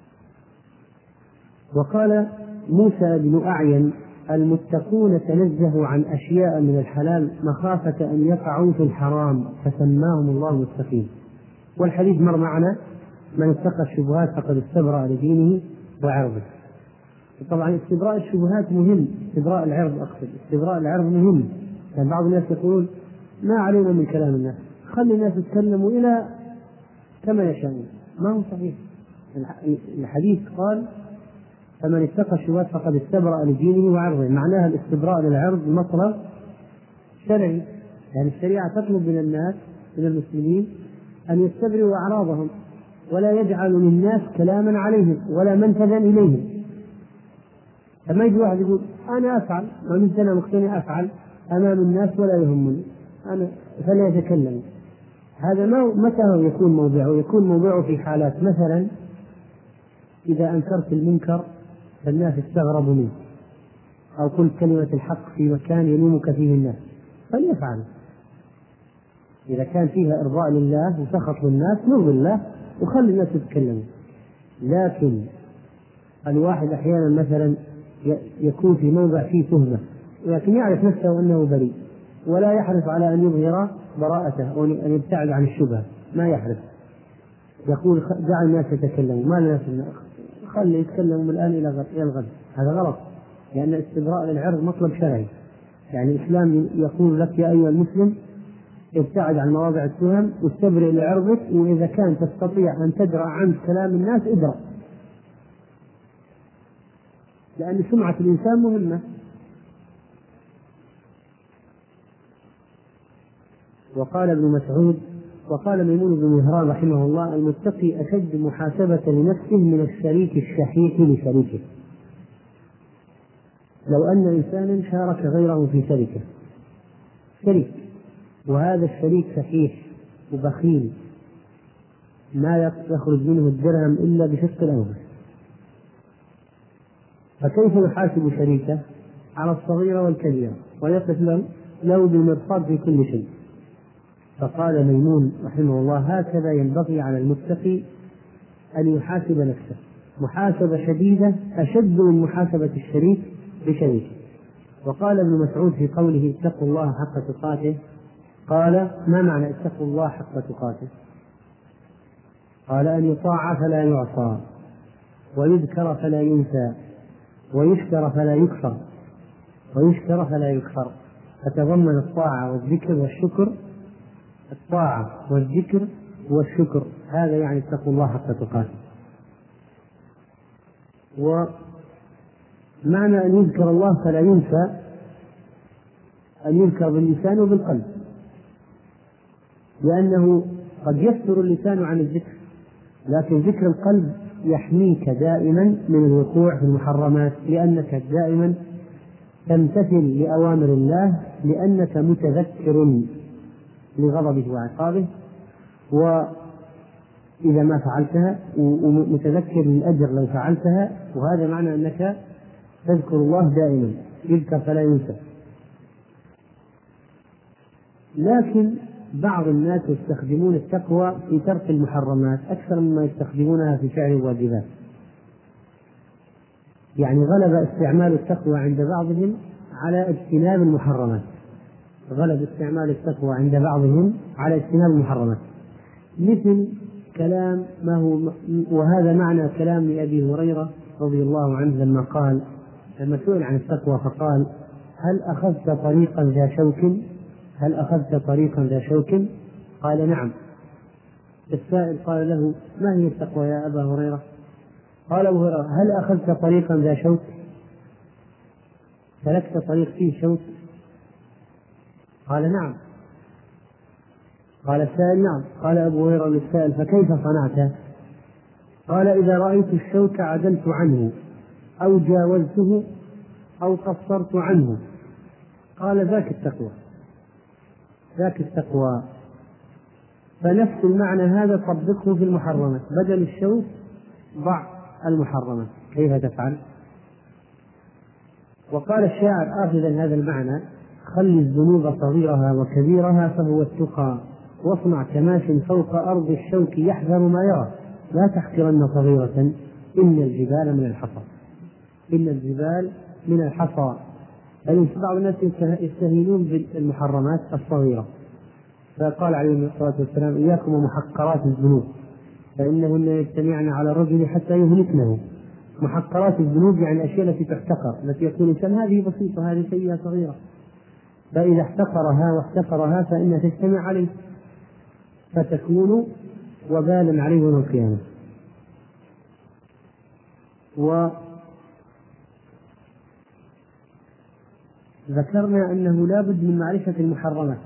وقال موسى بن أعين المتقون تنزهوا عن أشياء من الحلال مخافة أن يقعوا في الحرام فسماهم الله متقين. والحديث مر معنا من اتقى الشبهات فقد استبرأ لدينه وعرضه. طبعا استبراء الشبهات مهم، استبراء العرض أقصد، استبراء العرض مهم. يعني بعض الناس يقولون ما علينا من كلام الناس، خلي الناس يتكلموا إلى كما يشاءون، ما هو صحيح. الحديث قال فمن اتقى الشبهات فقد استبرأ لدينه وعرضه، معناها الاستبراء للعرض مطلب شرعي، يعني الشريعة تطلب من الناس من المسلمين أن يستبرئوا أعراضهم ولا يجعلوا للناس كلاما عليهم ولا منفذا إليهم. فما يجي واحد يقول أنا أفعل ومن سنة مقتنع أفعل أمام الناس ولا يهمني أنا فلا يتكلم. هذا ما متى يكون موضعه؟ يكون موضعه في حالات مثلا إذا أنكرت المنكر فالناس استغربوا منه، أو قلت كلمة الحق في مكان يلومك فيه الناس فليفعل. إذا كان فيها إرضاء لله وسخط للناس نرضي الله وخلي الناس يتكلموا. لكن الواحد أحيانا مثلا يكون في موضع فيه تهمة لكن يعرف نفسه أنه بريء ولا يحرص على أن يظهر براءته أو أن يبتعد عن الشبهة، ما يحرص، يقول دع الناس يتكلموا، ما الناس خلي يتكلموا من الآن إلى الغد. هذا غلط، لأن الاستبراء للعرض مطلب شرعي. يعني الإسلام يقول لك يا أيها المسلم ابتعد عن مواضع التهم واستبرئ لعرضك، وإذا كان تستطيع أن تدرأ عنك كلام الناس ادرأ، لأن سمعة الإنسان مهمة. وقال ابن مسعود وقال ميمون بن مهران رحمه الله المتقي أشد محاسبة لنفسه من الشريك الشحيح لشريكه. لو أن إنسانا شارك غيره في شركة شريك وهذا الشريك شحيح وبخيل ما يخرج منه الدرهم إلا بشق الأنفس. فكيف يحاسب شريكه على الصغيرة والكبيرة ويقف له بالمرصاد في كل شيء؟ فقال ميمون رحمه الله: هكذا ينبغي على المتقي أن يحاسب نفسه محاسبة شديدة أشد من محاسبة الشريك بشريكه. وقال ابن مسعود في قوله: اتقوا الله حق تقاته، قال: ما معنى اتقوا الله حق تقاته؟ قال: أن يطاع فلا يعصى، ويذكر فلا ينسى، ويشكر فلا يكفر ويشكر فلا يكفر. فتضمن الطاعة والذكر والشكر، الطاعة والذكر والشكر، هذا يعني اتقوا الله حق تقاته. ومعنى أن يذكر الله فلا ينسى أن يذكر باللسان وبالقلب، لأنه قد يفتر اللسان عن الذكر، لكن ذكر القلب يحميك دائما من الوقوع في المحرمات، لأنك دائما تمتثل لأوامر الله، لأنك متذكر لغضبه وعقابه، وإذا ما فعلتها ومتذكر للأجر لو فعلتها، وهذا معنى أنك تذكر الله دائما، يذكر فلا ينسى. لكن بعض الناس يستخدمون التقوى في ترك المحرمات أكثر مما يستخدمونها في فعل الواجبات، يعني غلب استعمال التقوى عند بعضهم على اجتناب المحرمات، غلب استعمال التقوى عند بعضهم على اجتناب المحرمات، مثل كلام ما هو، وهذا معنى كلام أبي هريرة رضي الله عنه لما قال، لما سئل عن التقوى فقال: هل أخذت طريقا ذا شوك؟ هل أخذت طريقا ذا شوك؟ قال: نعم. السائل قال له: ما هي التقوى يا أبا هريرة؟ قال أبو هريرة: هل أخذت طريقا ذا شوك؟ سلكت طريق فيه شوك؟ قال: نعم. قال السائل: نعم. قال أبو هريرة للسائل: فكيف صنعت؟ قال: إذا رأيت الشوك عدلت عنه، أو جاوزته، أو قصرت عنه. قال: ذاك التقوى، ذاك التقوى. فنفس المعنى هذا طبقه في المحرمات، بدل الشوك ضع المحرمات، كيف تفعل؟ وقال الشاعر آخذا هذا المعنى: خلي الذنوب صغيرها وكبيرها فهو التقى، واصنع كماش فوق أرض الشوك يحذر ما يرى، لا تحقرن صغيرة إن الجبال من الحصى. إن الجبال من الحصى. أي بعض الناس يستهينون بالمحرمات الصغيرة، فقال عليه الصلاة والسلام: إياكم ومحقرات الذنوب فإنهن يجتمعن على الرجل حتى يهلكنه. محقرات الذنوب يعني الأشياء التي تحتقر، التي يقول الإنسان هذه بسيطة، هذه سيئة صغيرة، فإذا احتقرها واحتقرها فإنها تجتمع عليه فتكون وبالا عليه يوم القيامة. وذكرنا أنه لا بد من معرفة المحرمات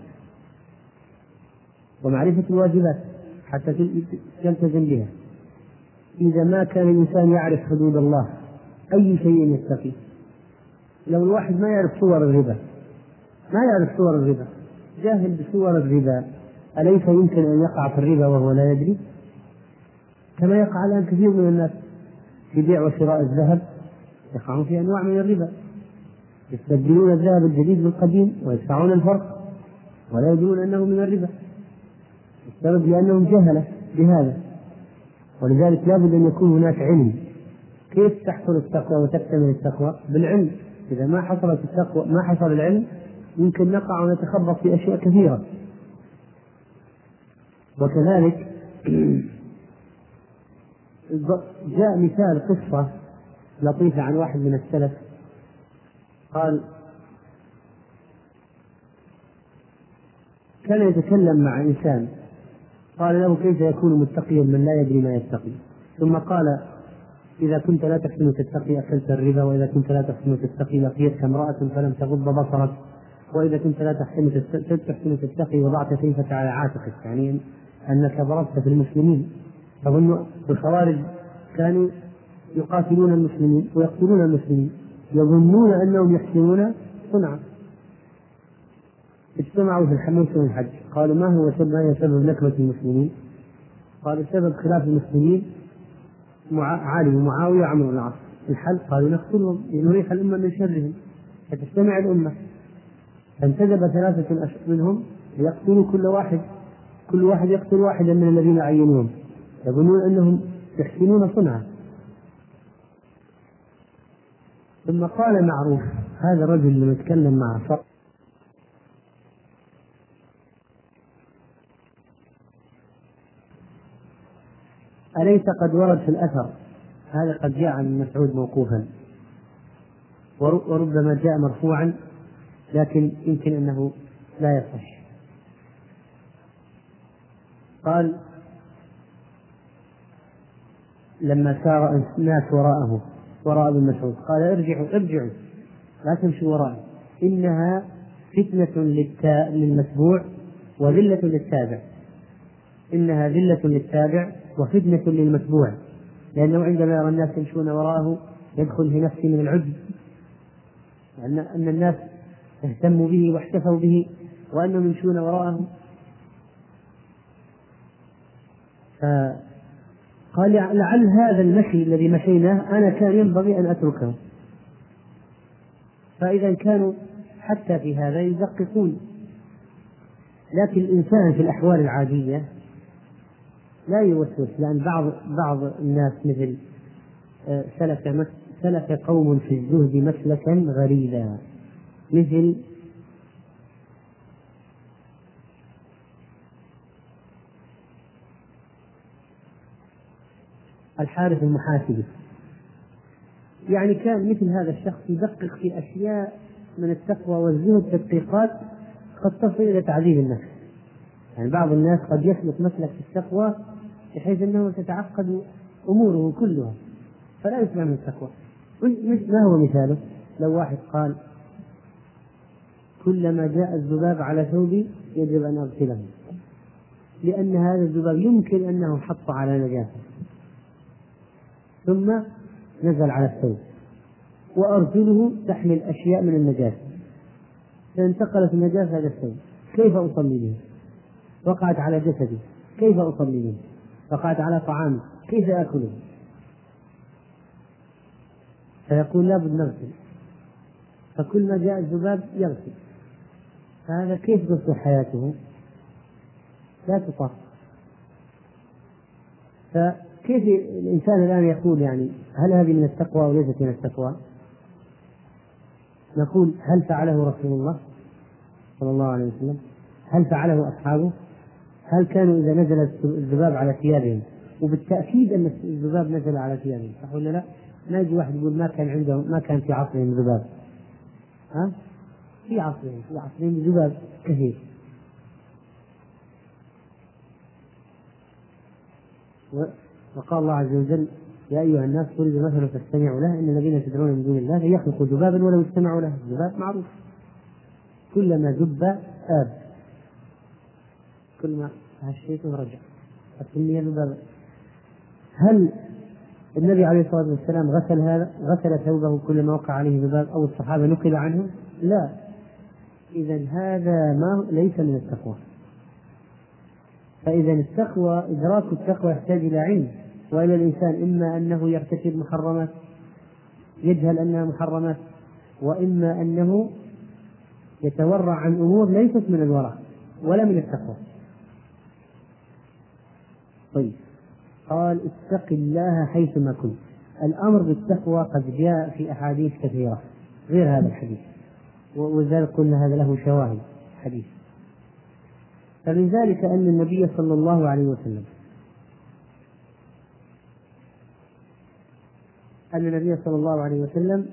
ومعرفة الواجبات حتى تلتزم بها. إذا ما كان الإنسان يعرف حدود الله أي شيء يتقي. لو الواحد ما يعرف صور الربا، ما يعرف صور الربا، جاهل بصور الربا، أليس يمكن أن يقع في الربا وهو لا يدري؟ كما يقع الآن كثير من الناس في بيع وشراء الذهب، يقعون في أنواع من الربا، يستبدلون الذهب الجديد بالقديم ويدفعون الفرق ولا يدرون أنه من الربا، السبب لأنهم جهلة بهذا. ولذلك لابد أن يكون هناك علم. كيف تحصل التقوى وتكتمل التقوى؟ بالعلم. إذا ما حصلت التقوى، ما حصل العلم، يمكن نقع ونتخبط في أشياء كثيرة. وكذلك جاء مثال قصة لطيفة عن واحد من السلف، قال: كان يتكلم مع إنسان، قال له: كيف يكون متقيا من لا يدري ما يتقي؟ ثم قال: إذا كنت لا تحسن تتقي أكلت الربا، وإذا كنت لا تحسن تتقي لقيتك امرأة فلم تغض بصرك، وإذا كنت لا تحسن تتقي وضعت سيفك على عاتقك، يعني أنك ضربت في المسلمين. تظن الخوارج كانوا يقاتلون المسلمين ويقتلون المسلمين، يظنون أنهم يحسنون صنعا. اجتمعوا في الحميس والحج، قالوا: ما هو سبب ما هي سبب نكبة المسلمين؟ قالوا سبب خلاف المسلمين علي ومعاوية وعمرو بن العاص. الحل قالوا نقتلهم لنريح الأمة من شرهم فتجتمع الأمة. فانتدب ثلاثة منهم ليقتلوا كل واحد كل واحد يقتل واحدا من الذين عينوهم يظنون أنهم يحسنون صنعا. ثم قال معروف هذا الرجل اللي يتكلم معه أليس قد ورد في الأثر هذا قد جاء عن مسعود موقوفا وربما جاء مرفوعا لكن يمكن أنه لا يصح. قال لما سار الناس وراءه وراء ابن مسعود قال ارجعوا ارجعوا لا تمشوا وراءه إنها فتنة للمتبوع وذلة للتابع. إنها ذلة للتابع وفتنة للمتبوع، لأنه عندما يرى الناس يمشون وراءه يدخل في نفسه من العجب أن أن الناس اهتموا به واحتفوا به وأنهم يمشون وراءه. فقال لعل هذا المشي الذي مشيناه أنا كان ينبغي أن أتركه. فإذا كانوا حتى في هذا يدققون. لكن الإنسان في الأحوال العادية لا يوسوس، لأن بعض بعض الناس مثل سلك سلك قوم في الزهد مسلكا غريبا مثل الحارث المحاسبي. يعني كان مثل هذا الشخص يدقق في أشياء من التقوى والزهد تدقيقات قد تصل إلى تعذيب النفس. يعني بعض الناس قد يسلك مسلك في التقوى بحيث أنه تتعقد أموره كلها فلا يسمع من التقوى. ما هو مثاله؟ لو واحد قال كلما جاء الذباب على ثوبي يجب أن أغسله لأن هذا الذباب يمكن أنه حط على نجاسة ثم نزل على الثوب وأرجله تحمل أشياء من النجاسة فانتقلت النجاسة إلى الثوب، كيف أصلي به؟ وقعت على جسدي كيف أصلي به؟ وقعت على طعامي كيف أكله؟ فيقول لابد نغسل. فكل ما جاء الذباب يغسل. فهذا كيف تصلح حياته؟ لا تطاق. فكيف الإنسان الآن يقول يعني هل هذه من التقوى أو ليست من التقوى؟ نقول هل فعله رسول الله صلى الله عليه وسلم؟ هل فعله أصحابه؟ هل كانوا إذا نزل الذباب على ثيابهم؟ وبالتأكيد أن الذباب نزل على ثيابهم، صح ولا لا؟ ما يجي واحد يقول ما كان عندهم ما كان في عصرهم ذباب. ها؟ في عصرهم في عصرهم ذباب كثير. وقال الله عز وجل يا أيها الناس ضرب مثل فاستمعوا له إن الذين تدعون من دون الله يخلقوا ذبابا ولو استمعوا له. الذباب معروف كلما دب آب كل ما هشيته رجع فسمي ذبابا. هل النبي عليه الصلاة والسلام غسل هذا غسل ثوبه كلما وقع عليه ذباب أو الصحابة نقل عنهم؟ لا. إذا هذا ما ليس من التقوى. فإذا التقوى إدراك التقوى يحتاج إلى علم، وإلى الإنسان إما أنه يرتكب محرمات يجهل أنها محرمات، وإما أنه يتورع عن أمور ليست من الورع ولا من التقوى. طيب قال اتق الله حيثما كنت. الأمر بالتقوى قد جاء في أحاديث كثيرة غير هذا الحديث، ولذلك قلنا هذا له شواهد حديث. فمن ذلك أن النبي صلى الله عليه وسلم أن النبي صلى الله عليه وسلم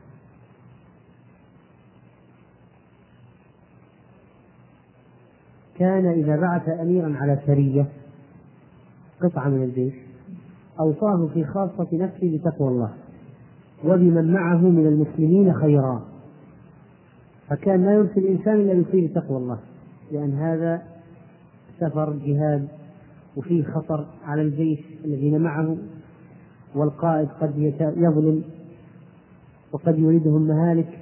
كان إذا بعث أميرا على سرية قطعة من الجيش أوصاه في خاصة نفسه بتقوى الله وبمن معه من المسلمين خيرا، فكان لا يرسل الإنسان إلا يصيب تقوى الله، لأن هذا سفر جهاد وفيه خطر على الجيش الذين معه، والقائد قد يظلم وقد يريدهم مهالك.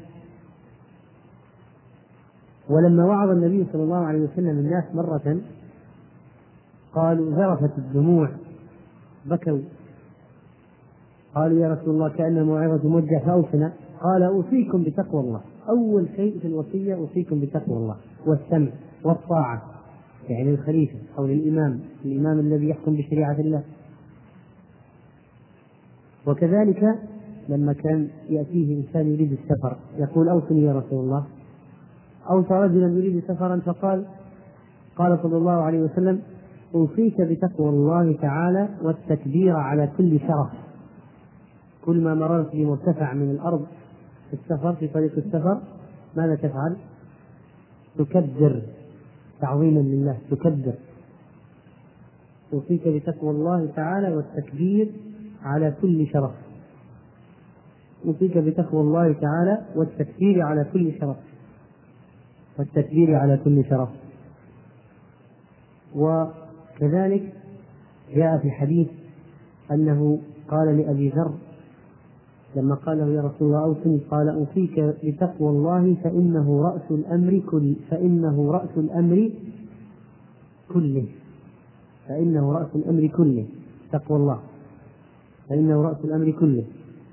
ولما وعظ النبي صلى الله عليه وسلم الناس مرة قالوا ذرفت الدموع، بكوا، قالوا يا رسول الله كأن موعظة موجه فأوصنا. قال أوصيكم بتقوى الله، أول شيء في الوصية أوصيكم بتقوى الله والسمع والطاعة، يعني الخليفة أو للإمام، الإمام الذي يحكم بشريعة الله. وكذلك لما كان يأتيه إنسان يريد السفر يقول أوصني يا رسول الله. أوصى رجلا يريد سفرا فقال قال صلى الله عليه وسلم أوصيك بتقوى الله تعالى والتكبير على كل شرف. كل ما مررت بمرتفع من الأرض في السفر في طريق السفر ماذا تفعل؟ تكبر تعظيما لله، تكبر. أوصيك بتقوى الله تعالى والتكبير على كل شرف. أوصيك بتقوى الله تعالى والتكبير على كل شرف، والتكبير على كل شرف. وكذلك جاء في الحديث أنه قال لأبي ذر لما قال له يا رسول الله أوصني، قال أوصيك بتقوى الله فإنه رأس الأمر كل فإنه رأس الأمر كله فإنه رأس الأمر كله تقوى الله، فإنه رأس الأمر كله.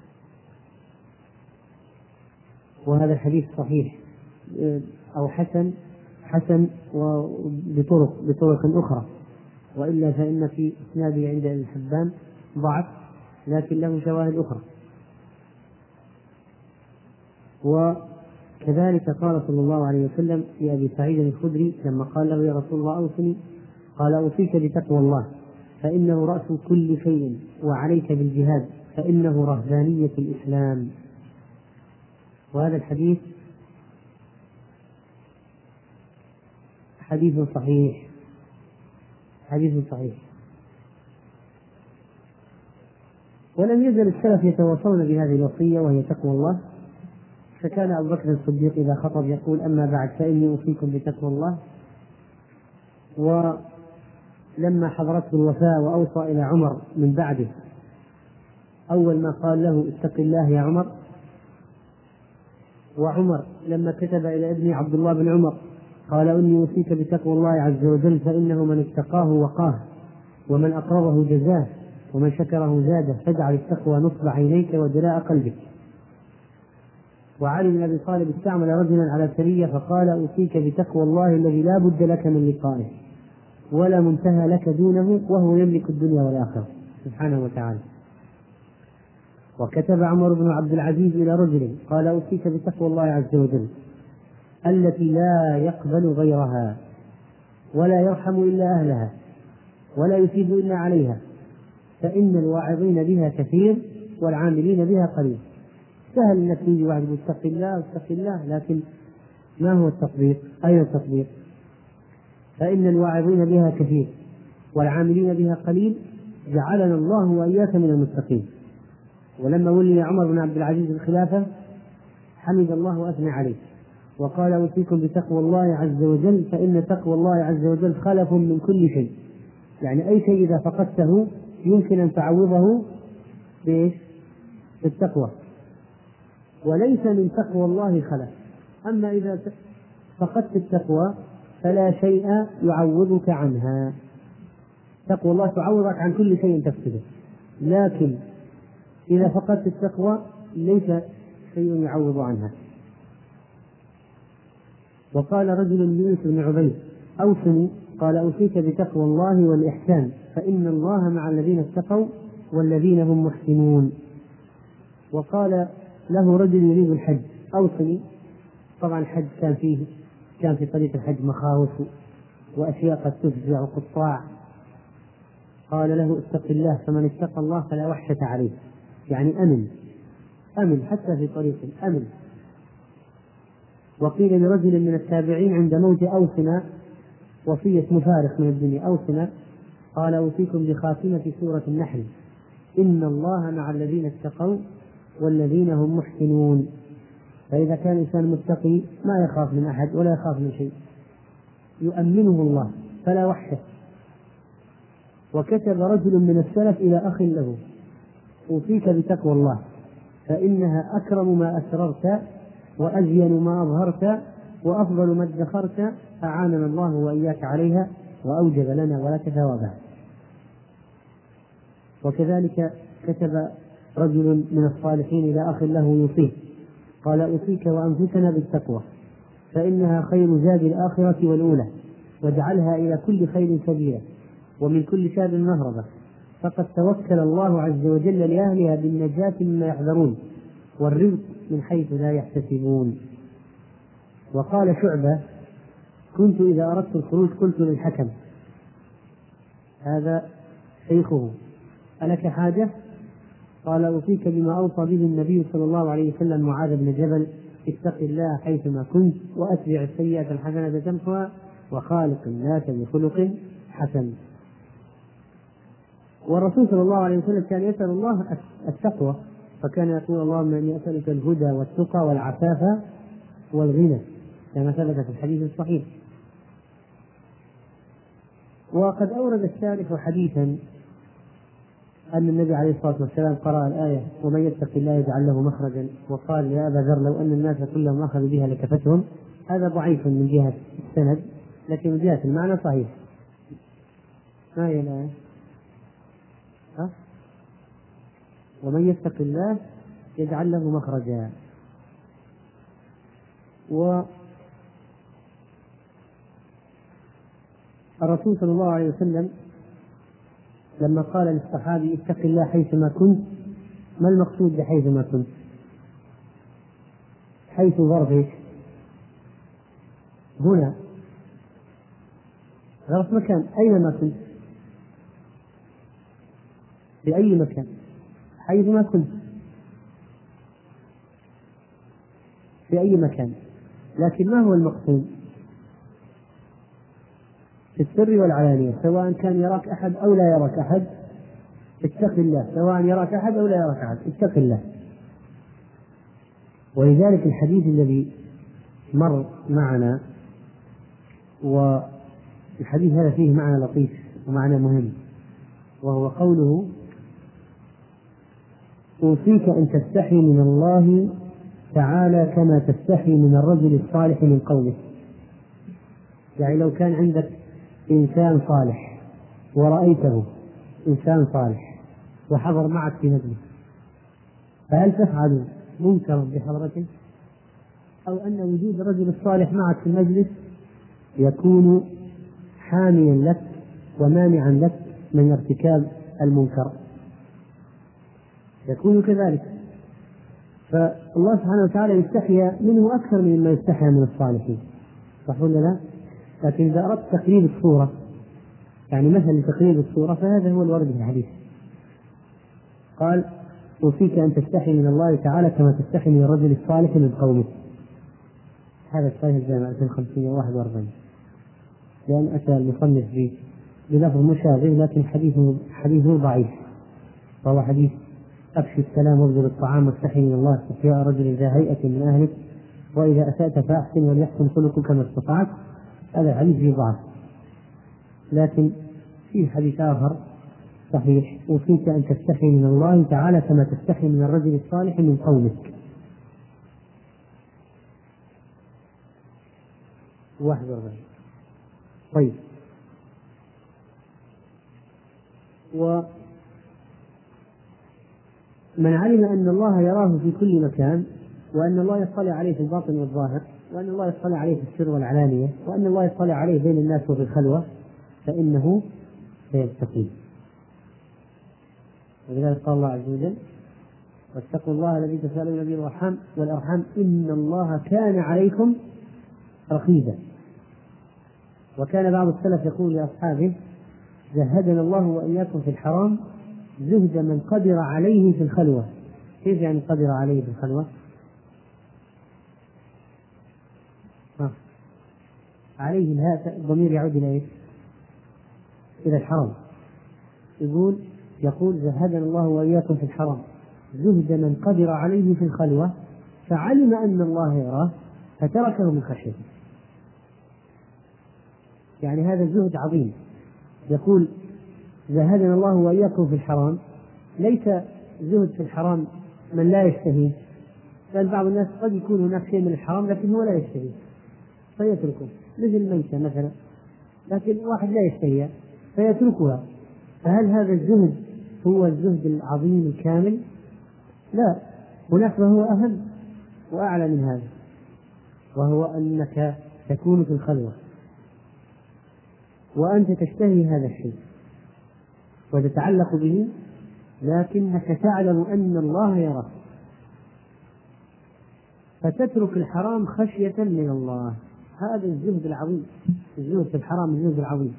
وهذا الحديث صحيح أو حسن حسن وبطرق بطرق أخرى، وإلا فإن في إسناده عند ابن حبان ضعف لكن له شواهد أخرى. وكذلك قال صلى الله عليه وسلم لأبي سعيد الخدري لما قال له يا رسول الله أوصني، قال أوصيك بتقوى الله فإنه رأس كل شيء، وعليك بالجهاد فإنه رهبانية الإسلام. وهذا الحديث حديث صحيح حديث صحيح. ولم يزل السلف يتواصون بهذه الوصية وهي تقوى الله. فكان أبو بكر الصديق إذا خطب يقول أما بعد فإني أوصيكم بتقوى الله. ولما حضرته الوفاة وأوصى إلى عمر من بعده أول ما قال له اتق الله يا عمر. وعمر لما كتب إلى ابنه عبد الله بن عمر قال إني أوصيك بتقوى الله عز وجل فإنه من اتقاه وقاه ومن أقرضه جزاه ومن شكره زاده فاجعل التقوى نصب عينيك ودلاء قلبك. وعلي بن أبي طالب استعمل رجلا على سرية فقال أوصيك بتقوى الله الذي لا بد لك من لقائه ولا منتهى لك دونه وهو يملك الدنيا والآخرة سبحانه وتعالى. وكتب عمر بن عبد العزيز إلى رجل قال أوصيك بتقوى الله عز وجل التي لا يقبل غيرها ولا يرحم إلا أهلها ولا يثيب إلا عليها فإن الواعظين بها كثير والعاملين بها قليل. سهل أن تيجي واحد يقول اتق الله اتق الله، لكن ما هو التطبيق؟ أين التطبيق؟ فإن الواعظين بها كثير والعاملين بها قليل. جعلنا الله وإياك من المتقين. ولما ولي عمر بن عبد العزيز الخلافة حمد الله وأثنى عليه وقال أوصيكم بتقوى الله عز وجل فإن تقوى الله عز وجل خلف من كل شيء. يعني أي شيء إذا فقدته يمكن أن تعوضه بإيش؟ بالتقوى. وليس من تقوى الله خلف. أما إذا فقدت التقوى فلا شيء يعوضك عنها. تقوى الله تعوضك عن كل شيء تفقده، لكن إذا فقدت التقوى ليس شيء يعوض عنها. وقال رجل ليونس بن عبيد أوصني، قال أوصيك بتقوى الله والإحسان فإن الله مع الذين اتقوا والذين هم محسنون. وقال له رجل يريد الحج أوصني. طبعا الحج كان فيه كان في طريق الحج مخاوف وأشياء قد تفزع وقطاع. قال له اتق الله فمن اتقى الله فلا وحشة عليه، يعني أمن أمن حتى في طريق أمن. وقيل لرجل من التابعين عند موت أوصنا وصية مفارق من الدنيا أوصنا، قال أوصيكم بخاتمة سورة النحل إن الله مع الذين اتقوا والذين هم محسنون. فإذا كان الإنسان متقي ما يخاف من أحد ولا يخاف من شيء، يؤمنه الله فلا وحشة. وكتب رجل من السلف إلى أخ له أوصيك بتقوى الله فإنها أكرم ما أسررت وأزين ما أظهرت وأفضل ما ادخرت أعاننا الله وإياك عليها وأوجب لنا ولك ثوابها. وكذلك كتب رجل من الصالحين إلى أخ له يوصيه قال: أوصيك وأنفسنا بالتقوى فإنها خير زاد الآخرة والأولى، واجعلها إلى كل خير سبيلا ومن كل شر مهربا، فقد توكل الله عز وجل لأهلها بالنجاة مما يحذرون والرزق من حيث لا يحتسبون. وقال شعبة: كنت إذا أردت الخروج قلت للحكم، هذا شيخه: ألك حاجة؟ قال: أوصيك بما أوصى به النبي صلى الله عليه وسلم معاذ بن جبل: اتق الله حيثما كنت وأتبع السيئة الحسنة تمحها وخالق الناس بخلق حسن. والرسول صلى الله عليه وسلم كان يسأل الله التقوى، فكان يقول: اللهم إني أسألك الهدى والتقى والعفاف والغنى، كما ثبت في الحديث الصحيح. وقد أورد الشارح حديثا أن النبي عليه الصلاة والسلام قرأ الآية: ومن يتق الله يجعل له مخرجا، وقال يا أبا ذر لو أن الناس كلهم أخذوا بها لكفتهم. هذا ضعيف من جهة السند، لكن من جهة المعنى صحيح. ما هي الآية؟ ها؟ ومن يتق الله يجعل له مخرجا. والرسول صلى الله عليه وسلم لما قال للصحابي: اتق الله حيثما كنت، ما المقصود بحيثما كنت؟ حيث ظرف هنا ظرف مكان، أينما كنت، في أي مكان، حيثما كنت في أي مكان. لكن ما هو المقصود؟ في السر والعلانية، سواء كان يراك أحد أو لا يراك أحد اتق الله، سواء يراك أحد أو لا يراك أحد اتق الله. ولذلك الحديث الذي مر معنا، والحديث هذا فيه معنى لطيف ومعنى مهم، وهو قوله: أوصيك أن تستحي من الله تعالى كما تستحي من الرجل الصالح من قوله. يعني لو كان عندك إنسان صالح ورأيته إنسان صالح وحضر معك في مجلس، فهل تفعل منكرا بحضرته؟ أو أن وجود الرجل الصالح معك في المجلس يكون حاميا لك ومانعا لك من ارتكاب المنكر؟ يكون كذلك. فالله سبحانه وتعالى يستحي منه أكثر مما يستحي من الصالحين، صح ولا لا؟ لكن إذا أردت تقريب الصورة، يعني مثل تقريب الصورة، فهذا هو الورد في الحديث. قال: أوصيك أن تستحي من الله تعالى كما تستحي من الرجل الصالح من قومه. هذا الصحيح الجامع ألفين وخمسمائة وواحد وأربعين، لأن أتى المصنف به بلفظ مشابه لكن حديثه حديثه ضعيف، وهو حديث: أفشي السلام وابذل الطعام واستحي من الله استحياء رجل ذا هيئة من أهلك، وإذا أسأت فأحسن وليحسن خلقك ما استطعت. هذا الحديث فيه ضعف، لكن في حديث آخر صحيح: أوصيك أن تستحي من الله تعالى كما تستحي من الرجل الصالح من قومك. واحد وأربعين. طيب، ومن علم أن الله يراه في كل مكان، وأن الله يطلع عليه في الباطن والظاهر، وأن الله يطلع عليه في السر والعلانية، وأن الله يطلع عليه بين الناس وفي الخلوة، فإنه سيتقي. ولذلك قال الله عز وجل: واتقوا الله الذي تساءلون به والأرحام والأرحام إن الله كان عليكم رقيبا. وكان بعض السلف يقول لأصحابه: زهدنا الله وإياكم في الحرام زهد من قدر عليه في الخلوة. كيف يعني قدر عليه في الخلوة؟ ها. عليه الهاء الضمير يعود إلى إيه؟ إلى الحرام. يقول يقول زهدنا الله وإياكم في الحرام زهد من قدر عليه في الخلوة فعلم أن الله يراه فتركه من خشيته. يعني هذا الزهد عظيم. يقول زهدنا الله وإياكم في الحرام، ليس زهد في الحرام من لا يشتهي، بل بعض الناس قد يكون هناك شيء من الحرام لكن هو لا يشتهي فيتركه، مثل الميتة مثلا، لكن واحد لا يشتهيها فيتركها. فهل هذا الزهد هو الزهد العظيم الكامل؟ لا، هناك ما هو أهم وأعلى من هذا، وهو أنك تكون في الخلوة وأنت تشتهي هذا الشيء وتتعلق به، لكنك تعلم أن الله يراك فتترك الحرام خشية من الله. هذا الزهد العظيم، الزهد في الحرام الزهد العظيم.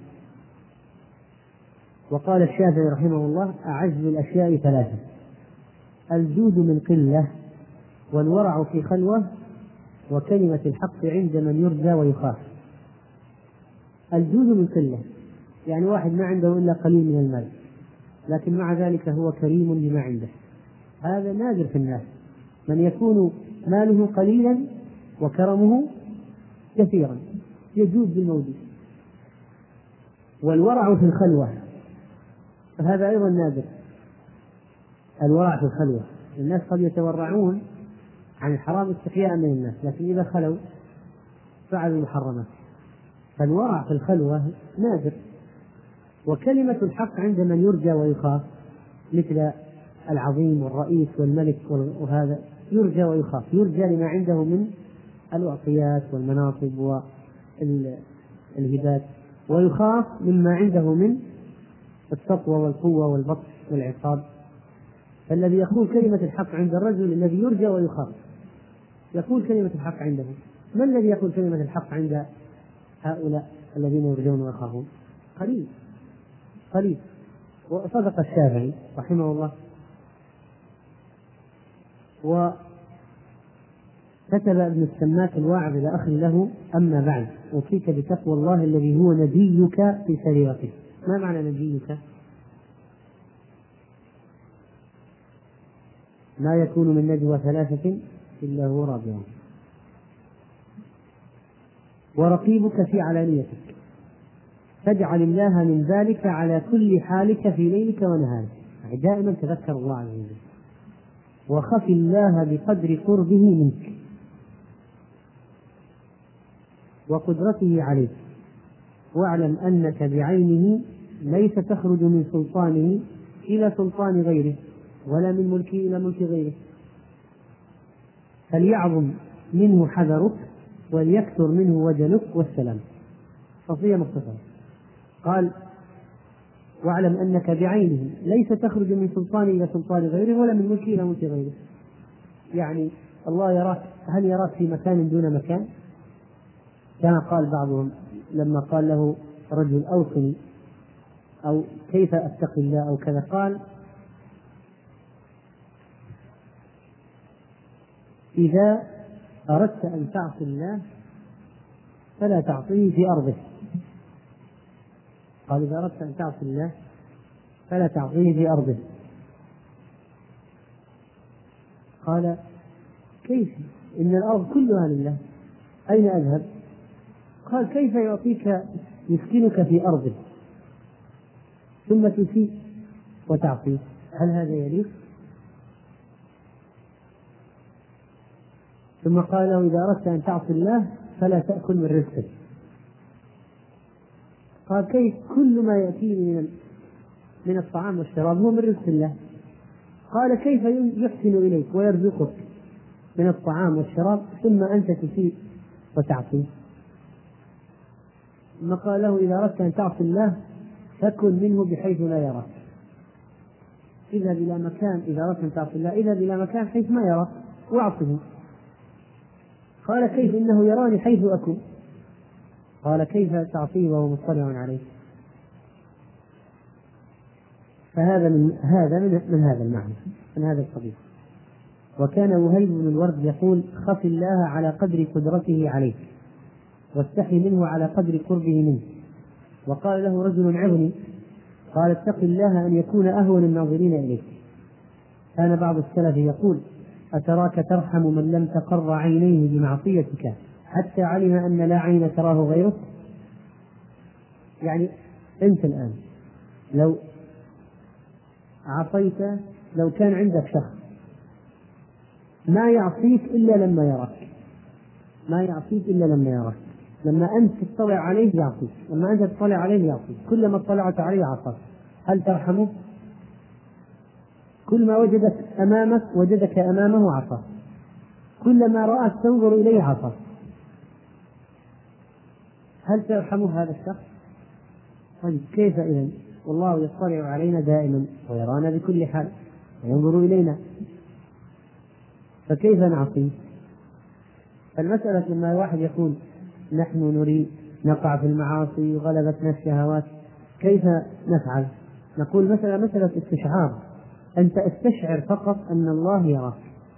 وقال الشافعي رحمه الله: أعز الأشياء ثلاثة: الجود من قلة، والورع في خلوة، وكلمة الحق عند من يرجى ويخاف. الجود من قلة يعني واحد ما عنده إلا قليل من المال، لكن مع ذلك هو كريم لما عنده. هذا نادر في الناس، من يكون ماله قليلا وكرمه كثيرا، يجود بالموجود. والورع في الخلوة هذا أيضا نادر. الورع في الخلوة، الناس قد يتورعون عن الحرام استحياء من الناس، لكن إذا خلوا فعلوا المحرمات. فالورع في الخلوة نادر. وكلمة الحق عند من يرجى ويخاف، مثل العظيم والرئيس والملك وهذا يرجى ويخاف، يرجى لما عنده من الوعطيات والمناصب والهبات، ويخاف مما عنده من السطوة والقوة والبطش والعقاب. فالذي يقول كلمة الحق عند الرجل الذي يرجى ويخاف يقول كلمة الحق عنده. ما الذي يقول كلمة الحق عند هؤلاء الذين يرجون ويخافون؟ قليل قليل. وصدق الشافعي رحمه الله، وكتب ابن السماك الواعظ إلى أخ له: أما بعد، أوصيك بتقوى الله الذي هو نبيك في سريرته. ما معنى نبيك؟ ما يكون من نجوى ثلاثة إلا هو رابعهم، ورقيبك في علانيتك، فاجعل الله من ذلك على كل حالك في ليلك ونهارك، يعني دائما تذكر الله عز وجل. وخف الله بقدر قربه منك وقدرته عليك، واعلم أنك بعينه ليس تخرج من سلطانه إلى سلطان غيره، ولا من ملكه إلى ملك غيره، فليعظم منه حذرك وليكثر منه وجلك والسلام. وصية مختصرة. قال: واعلم أنك بعينه ليس تخرج من سلطان إلى سلطان غيره، ولا من ملك إلى ملك غيره. يعني الله يراك. هل يراك في مكان دون مكان؟ كما قال بعضهم لما قال له رجل: أوصني، أو كيف أتقي الله، أو كذا، قال: إذا أردت أن تعصي الله فلا تعصيه في أرضه. قال: إذا أردت أن تعصي الله فلا تعصيه في أرضه. قال: كيف؟ إن الأرض كلها لله، أين أذهب؟ قال: كيف يعطيك يسكنك في أرضه ثم تسيء وتعصيه؟ هل هذا يليق؟ ثم قال له: إذا أردت أن تعصي الله فلا تأكل من رزقه. قال: كيف؟ كل ما يأتيني من من الطعام والشراب هو من رزق الله. قال: كيف يحسن إليك ويرزقك من الطعام والشراب ثم أنت تسيء وتعصيه؟ ثم قال له: إذا أردت أن تعصي الله فكن منه بحيث لا يراك. إذا بلا مكان، إذا أردت أن تعصي الله إذا بلا مكان حيث ما يراك واعصه. قال: كيف؟ إنه يراني حيث أكون. قال: كيف تعصيه وهو مطلع عليه؟ فهذا من هذا من, من هذا المعنى، من هذا القبيل. وكان وهيب بن الورد يقول: خف الله على قدر قدرته عليك، واستحي منه على قدر قربه منه. وقال له رجل: عظني. قال: اتق الله أن يكون أهون الناظرين إليك. كان بعض السلف يقول: أتراك ترحم من لم تقر عينيه بمعصيتك حتى علم أن لا عين تراه غيره؟ يعني أنت الآن لو عصيت، لو كان عندك شخص ما يعصيك إلا لما يراك، ما يعصيك إلا لما يراك، لما أنت تطلع عليه يعصيك، لما أنت تطلع عليه يعصيك، كلما اطلعت عليه عصاك، هل ترحمه؟ كل ما وجدك أمامك وجدك أمامه عصاك، كلما رأت تنظر إليه عصاك، هل ترحمه هذا الشخص؟ طيب كيف إذن؟ والله يطلع علينا دائما ويرانا بكل حال وينظر إلينا، فكيف نعصيه؟ فالمسألة لما واحد يقول نحن نريد نقع في المعاصي وغلبتنا الشهوات كيف نفعل؟ نقول مثلا مسألة استشعار، أنت استشعر فقط أن الله يراك،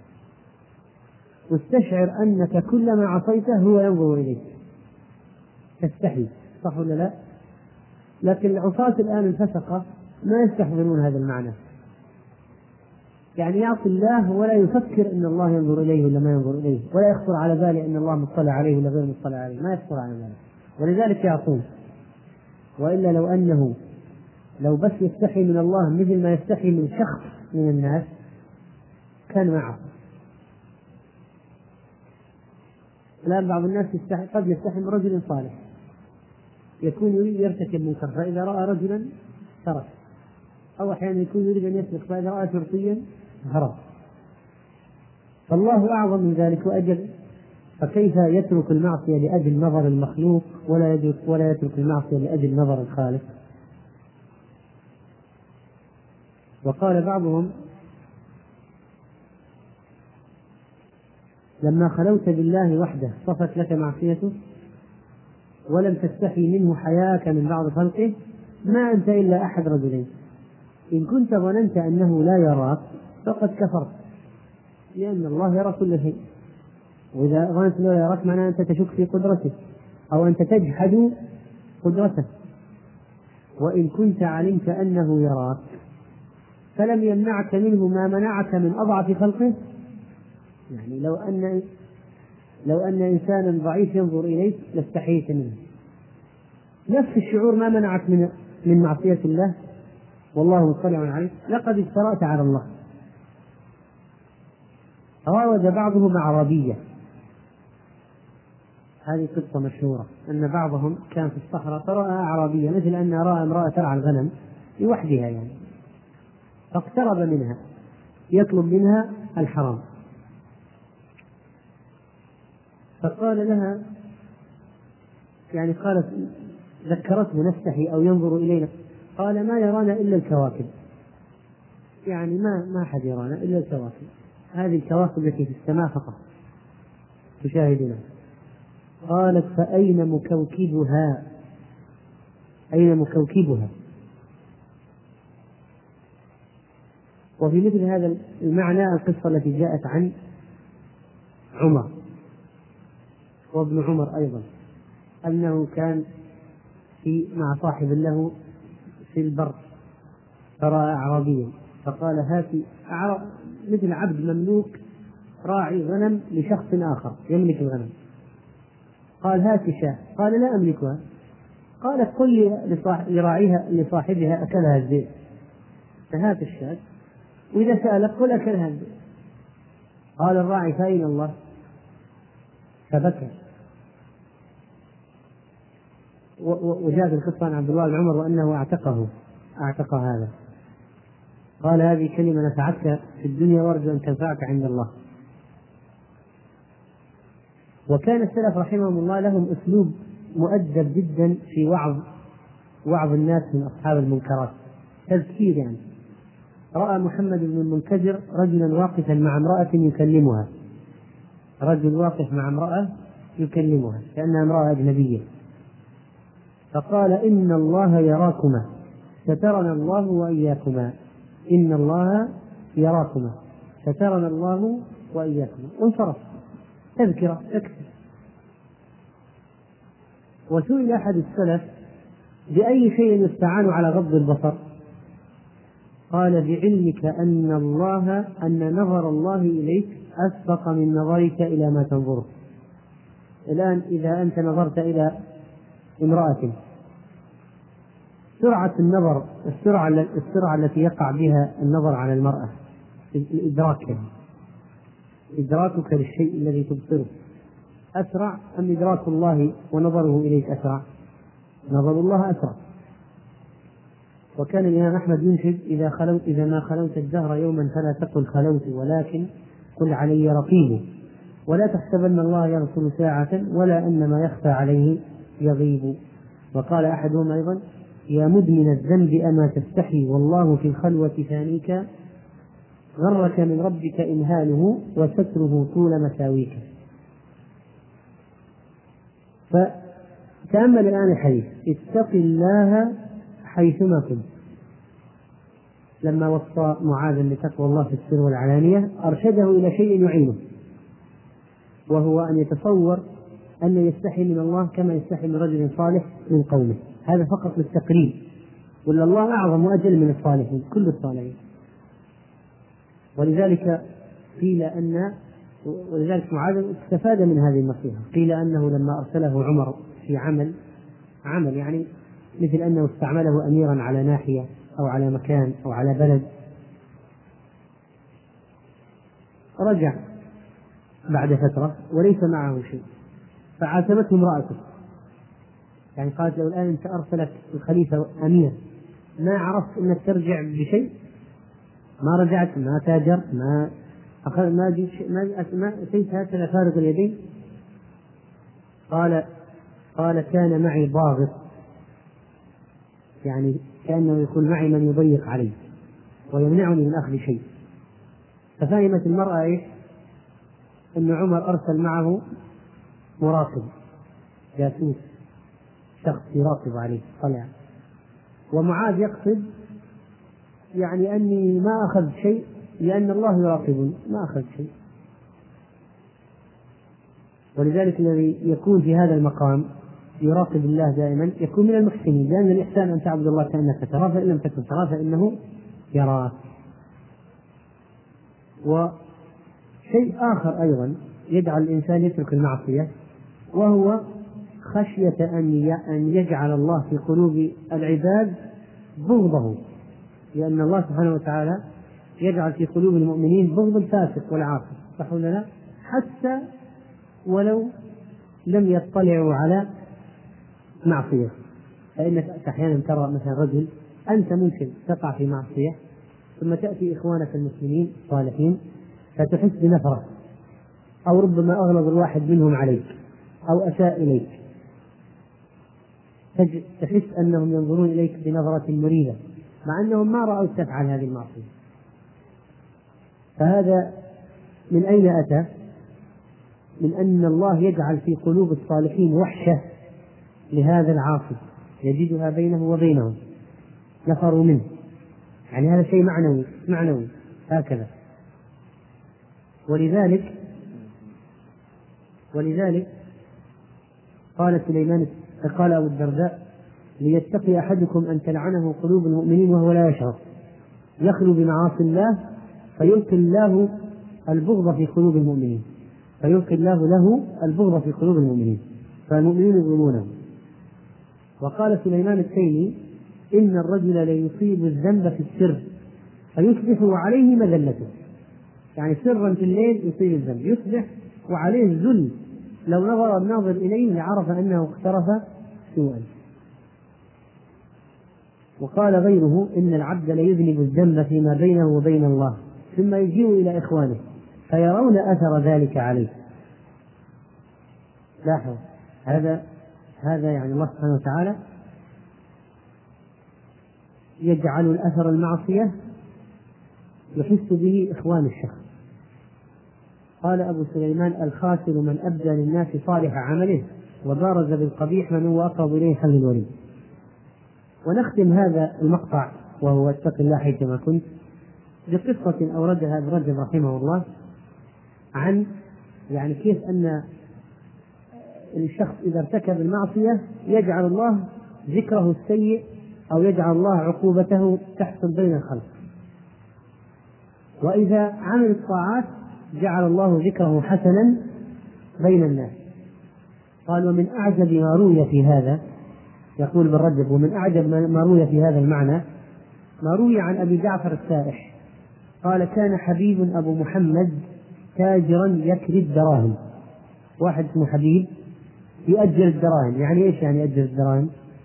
واستشعر أنك كلما عصيته هو ينظر إليك، تستحي، صح ولا لا؟ لكن العصاة الآن الفسقة ما يستحضرون هذا المعنى، يعني يعصي الله ولا يفكر أن الله ينظر إليه ولا ما ينظر إليه، ولا يخطر على باله أن الله مطلع عليه ولا غير مطلع عليه، ما يخطر على باله، ولذلك يعصون. وإلا لو أنه لو بس يستحي من الله مثل ما يستحي من شخص من الناس كان ما عصى. الآن بعض الناس يستحي، قد يستحي من رجل صالح يكون يريد يرتكب منكر فإذا رأى رجلا ترك، أو أحيانا يكون يريد أن يسرق فإذا رأى شرطيا هرب، فالله أعظم من ذلك وأجل، فكيف يترك المعصية لأجل نظر المخلوق ولا يترك ولا يترك المعصية لأجل نظر الخالق؟ وقال بعضهم لما خلوت بالله وحده صفت لك معصيته ولم تستحي منه حياك من بعض خلقه ما أنت إلا أحد رجلين، إن كنت ظننت أنه لا يراك فقد كفرت، لأن الله يرى كل شيء، وإذا ظننت لا يراك معناه أنت تشك في قدرته أو أنت تجحد قدرته. وإن كنت علمت أنه يراك فلم يمنعك منه ما منعك من أضعف خلقه، يعني لو أن لو أن إنسانا ضعيف ينظر إليك لاستحييت منه، نفس الشعور ما منعك من من معصية الله والله مطلع عليك، لقد افترأت على الله. راود بعضهم أعرابية، هذه قصة مشهورة أن بعضهم كان في الصحراء فرأى أعرابية مثل أن رأى امرأة ترعى الغنم لوحدها يعني، فاقترب منها يطلب منها الحرام، فقال لها يعني قالت ذكرته نستحي أو ينظر إلينا، قال ما يرانا إلا الكواكب، يعني ما ما حد يرانا إلا الكواكب، هذه الكواكب التي في السماء فقط تشاهدنا. قالت فأين مكوكبها؟ أين مكوكبها؟ وفي مثل هذا المعنى القصة التي جاءت عن عمر وابن عمر أيضا، أنه كان في مع صاحب له في البر فرأى أعرابيا فقال هاتي، مثل عبد مملوك راعي غنم لشخص آخر يملك الغنم، قال هاتي شاة، قال لا أملكها، قالت قل لراعيها لصاحبها أكلها الذئب، فهات الشاة وإذا سألك قل أكلها الذئب، قال الراعي فأين الله؟ فبكى. وجاءت القصة عن عبد الله بن عمر وأنه أعتقه أعتق هذا، قال هذه كلمة نفعتك في الدنيا وأرجو أن تنفعك عند الله. وكان السلف رحمهم الله لهم أسلوب مؤدب جدا في وعظ وعظ الناس من أصحاب المنكرات، تذكير يعني. رأى محمد بن المنكدر رجلا واقفا مع امرأة يكلمها، رجل واقف مع امرأة يكلمها كأنها امرأة أجنبية، فقال إن الله يراكما سترنا الله وإياكما، إن الله يراكما سترنا الله وإياكما، وانصرف تذكرة تكفي. وسئل أحد السلف بأي شيء يستعان على غض البصر؟ قال بعلمك أن الله أن نظر الله إليك أسبق من نظرك إلى ما تنظره. الآن إذا أنت نظرت إلى امرأة سرعة النظر السرعة السرعة التي يقع بها النظر على المرأة، الإدراك، إدراكك للشيء الذي تبصره، أسرع أم إدراك الله ونظره إليك أسرع؟ نظر الله أسرع. وكان الإمام أحمد ينشد: إذا خلوت إذا ما خلوت الدهر يوما فلا تقل خلوت، ولكن قل علي رقيب، ولا تحسبن الله يغفل ساعة ولا أن ما يخفى عليه يغيب. وقال أحدهم أيضا: يا مدمن الذنب أما تستحي والله في الخلوة ثانيك، غرك من ربك إمهاله وستره طول مساويك. فتأمل الآن الحديث: اتق الله حيثما كنت. لما وصى معاذ بتقوى الله في السر والعلانية أرشده إلى شيء يعينه، وهو أن يتصور أن يستحي من الله كما يستحي من رجل صالح من قومه. هذا فقط للتقريب، ولا الله أعظم وأجل من الصالحين كل الصالحين. ولذلك قيل أن ولذلك معاذ استفاد من هذه النصيحة. قيل أنه لما أرسله عمر في عمل عمل يعني مثل أنه استعمله أميرا على ناحية أو على مكان أو على بلد، رجع بعد فترة وليس معه شيء، فعاتبته امرأته، يعني قالت له: الآن أنت أرسلك الخليفة أمير، ما عرفت أنك ترجع بشيء؟ ما رجعت، ما تاجر، ما أخذ، ما جيت، ما ما أتيت هكذا فارغ اليدين. قال قال كان معي ضاغط، يعني كأنه يقول: معي من يضيق علي ويمنعني من أخذ شيء. ففهمت المرأة إيش؟ أن عمر أرسل معه مراقب، جاسوس، شخص يراقب عليه طلع. ومعاذ يقصد يعني أني ما أخذ شيء لأن الله يراقبني، ما أخذ شيء. ولذلك الذي يكون في هذا المقام يراقب الله دائما يكون من المحسنين، لأن الإحسان أن تعبد الله كأنك تراه، فإن لم تكن تراه فإنه يراك. وشيء آخر أيضا يجعل الإنسان يترك المعصية، وهو خشية أن يجعل الله في قلوب العباد بغضه، لأن الله سبحانه وتعالى يجعل في قلوب المؤمنين بغض الفاسق والعاصي، صح ولا لا؟ حتى ولو لم يطلعوا على معصية. فإنك أحيانا ترى مثلا رجل أنت ممكن تقع في معصية ثم تأتي إخوانك المسلمين الصالحين فتحس بنفرة، أو ربما أغلظ الواحد منهم عليك أو أساء إليك، تحس أنهم ينظرون إليك بنظرة مريبة مع أنهم ما رأوا تفعل هذه المعصية. فهذا من أين أتى؟ من أن الله يجعل في قلوب الصالحين وحشة لهذا العاصي يجدها بينه وبينهم، نفروا منه، يعني هذا شيء معنوي معنوي هكذا. ولذلك ولذلك قال سليمان قال أبو الدرداء: ليتقي أحدكم أن تلعنه قلوب المؤمنين وهو لا يشعر، يخلو بمعاصي الله فيلقي الله البغض في قلوب المؤمنين فيلقي الله له البغض في قلوب المؤمنين فالمؤمنين يظلمونه. وقال سليمان التيمي: إن الرجل ليصيب الذنب في السر فيصبح وعليه مذلته، يعني سرا في الليل يصيب الذنب، يصبح وعليه الذل، لو نظر الناظر إليه لعرف أنه اقترف سوءا. وقال غيره: إن العبد ليذنب الذنب فيما بينه وبين الله ثم يجيء إلى إخوانه فيرون أثر ذلك عليه. لاحظ هذا هذا يعني الله سبحانه وتعالى يجعل الأثر المعصية يحس به إخوان الشخص. قال أبو سليمان: الخاسر من أبدى للناس صالح عمله وبارز بالقبيح من هو أقرب إليه حل الوريد. ونختم هذا المقطع وهو اتق الله حيثما كنت بقصة أوردها ابن رجب رحمه الله عن يعني كيف أن الشخص إذا ارتكب المعصية يجعل الله ذكره السيء أو يجعل الله عقوبته تحصل بين الخلق، وإذا عمل الطاعات جعل الله ذكره حسنا بين الناس. قال: ومن أعجب ما روي في هذا، يقول ابن رجب: ومن أعجب ما روي في هذا المعنى ما روي عن أبي جعفر السائح قال: كان حبيب أبو محمد تاجرا يكري الدراهم، واحد اسمه حبيب يؤجل الدراهم. يعني إيش يعني يؤجل الدراهم؟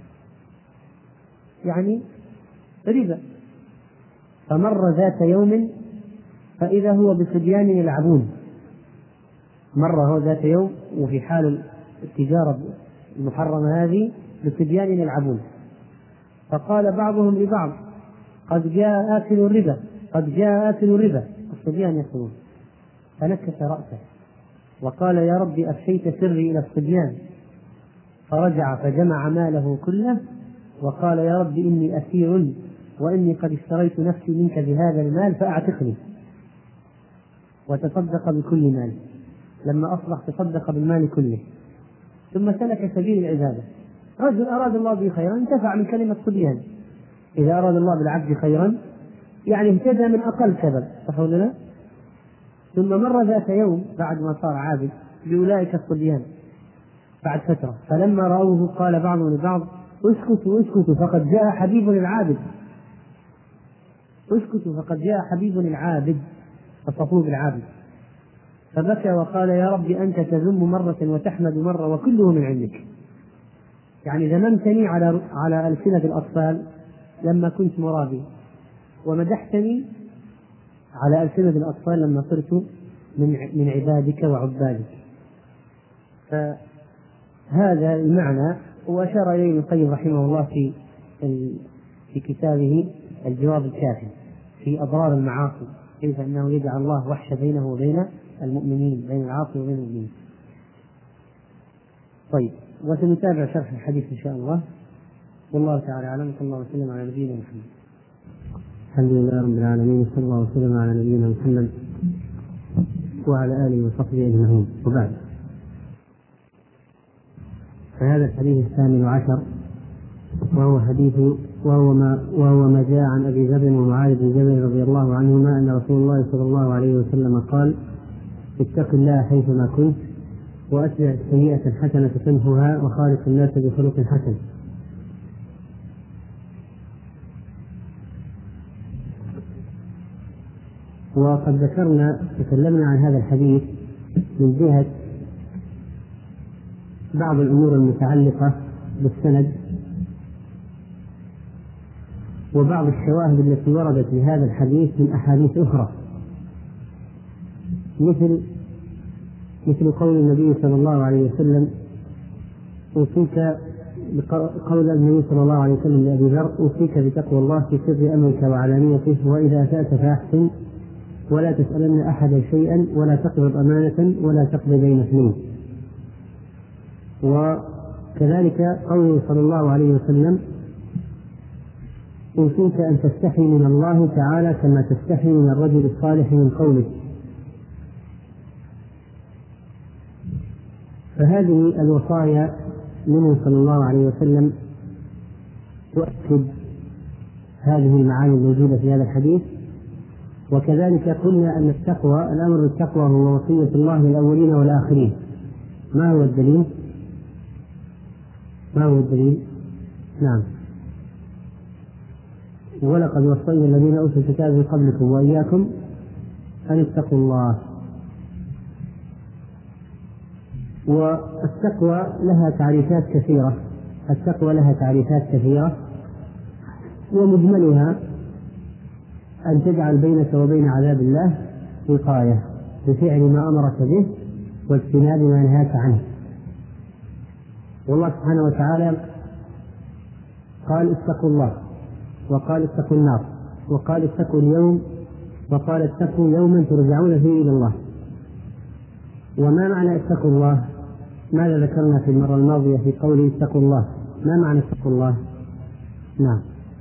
يعني ربا. فمر ذات يوم فإذا هو بصبيان يلعبون. مر هو ذات يوم وفي حال التجارة المحرمة هذه بصبيان يلعبون، فقال بعضهم لبعض قد جاء آكل الربا، قد جاء آكل الربا. الصبيان يقولون، فنكس رأسه وقال يا رب أفشيت سري إلى الصبيان. فرجع فجمع ماله كله وقال يا رب إني أسير وإني قد اشتريت نفسي منك بهذا المال فأعتقني. وتصدق بكل مال. لما أصبح تصدق بالمال كله، ثم سلك سبيل العبادة. رجل أراد الله به خيرا انتفع من كلمة صبيان. إذا أراد الله بالعبد خيرا يعني اهتدى من أقل سبب، صح ولا لا؟ ثم مر ذات يوم بعد ما صار عابد بأولئك الصبيان بعد فترة، فلما رأوه قال بعضهم لبعض اسكتوا اسكتوا فقد جاء حبيب العابد، اسكتوا فقد جاء حبيب العابد، فصفوه بالعابد. فبكى وقال يا رب أنت تذم مرة وتحمد مرة وكله من عندك. يعني ذممتني على على ألسنة الأطفال لما كنت مرابي، ومدحتني على ألسنة الأطفال لما صرت من من عبادك وعبادك. فهذا المعنى وأشار إليه ابن القيم رحمه الله في في كتابه الجواب الكافي في أضرار المعاصي، كيف أنه يجعل الله وحش بينه وبين المؤمنين، بين العاصي وبين المؤمنين. طيب، وسنتابع شرح الحديث إن شاء الله، والله تعالى أعلم. صلى الله وسلم على نبينا محمد. الحمد لله رب العالمين، صلى الله وسلم على نبينا محمد وعلى آله وصحبه أجمعين، وبعد. فهذا الحديث الثامن عشر، وهو حديث وهو ما وهو ما جاء عن أبي ذر ومعاذ بن جبل رضي الله عنهما أن رسول الله صلى الله عليه وسلم قال: اتق الله حيثما كنت وأتبع السيئة الحسنة تمحها وخالق الناس بخلق حسن. وقد ذكرنا تكلمنا عن هذا الحديث من جهة بعض الأمور المتعلقة بالسند وبعض الشواهد التي وردت لهذا الحديث من أحاديث أخرى، مثل مثل قول النبي صلى الله عليه وسلم أوصيك قول النبي صلى الله عليه وسلم لأبي ذر: أوصيك بتقوى الله في سر أمرك وعلانيته، وإذا أسأت فأحسن، ولا تسألن أحدا شيئا، ولا تقبض أمانة، ولا تقضي بين اثنين. وكذلك قوله صلى الله عليه وسلم: أوصيك أن تستحي من الله تعالى كما تستحي من الرجل الصالح من قوله. فهذه الوصايا منه صلى الله عليه وسلم تؤكد هذه المعاني الموجودة في هذا الحديث. وكذلك قلنا أن التقوى، الأمر بالتقوى هو وصية الله للأولين والآخرين. ما هو الدليل؟ ما هو الدليل؟ نعم: ولقد وصينا الذين أوتوا الكتاب من قبلكم وإياكم أن اتقوا الله. والتقوى لها تعريفات كثيرة، التقوى لها تعريفات كثيرة ومجملها أن تجعل بينك وبين عذاب الله وقاية بفعل ما أمرك به واجتناب ما نهاك عنه. والله سبحانه وتعالى قال: اتقوا الله، وقال: اتقوا النار، وقال: اتقوا اليوم، وقال: اتقوا يوما ترجعون فيه إلى الله. وما معنى اتقوا الله؟ ماذا ذكرنا في المرة الماضية في قوله اتقوا الله؟ ما معنى اتقوا الله؟ نعم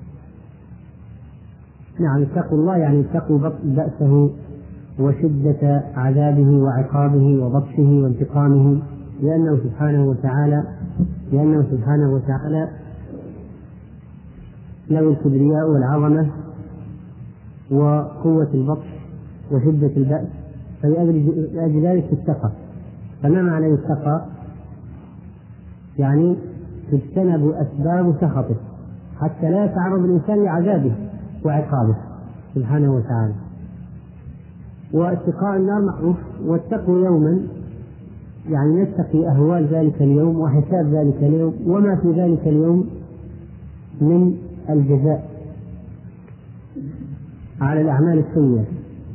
نعم اتقوا الله يعني اتقوا بأسه وشدة عذابه وعقابه وبطشه وانتقامه، لأنه سبحانه وتعالى لأنه سبحانه وتعالى له الكبرياء والعظمة وقوة البطش وشدة البأس، فلأجل ذلك اتقى. فما معنى اتقى؟ يعني تجتنب أسباب سخطه حتى لا يتعرض الإنسان لعذابه وعقابه سبحانه وتعالى. واتقاء النار معروف، واتقوا يوما يعني نتقي أهوال ذلك اليوم وحساب ذلك اليوم وما في ذلك اليوم من الجزاء على الأعمال السيئة.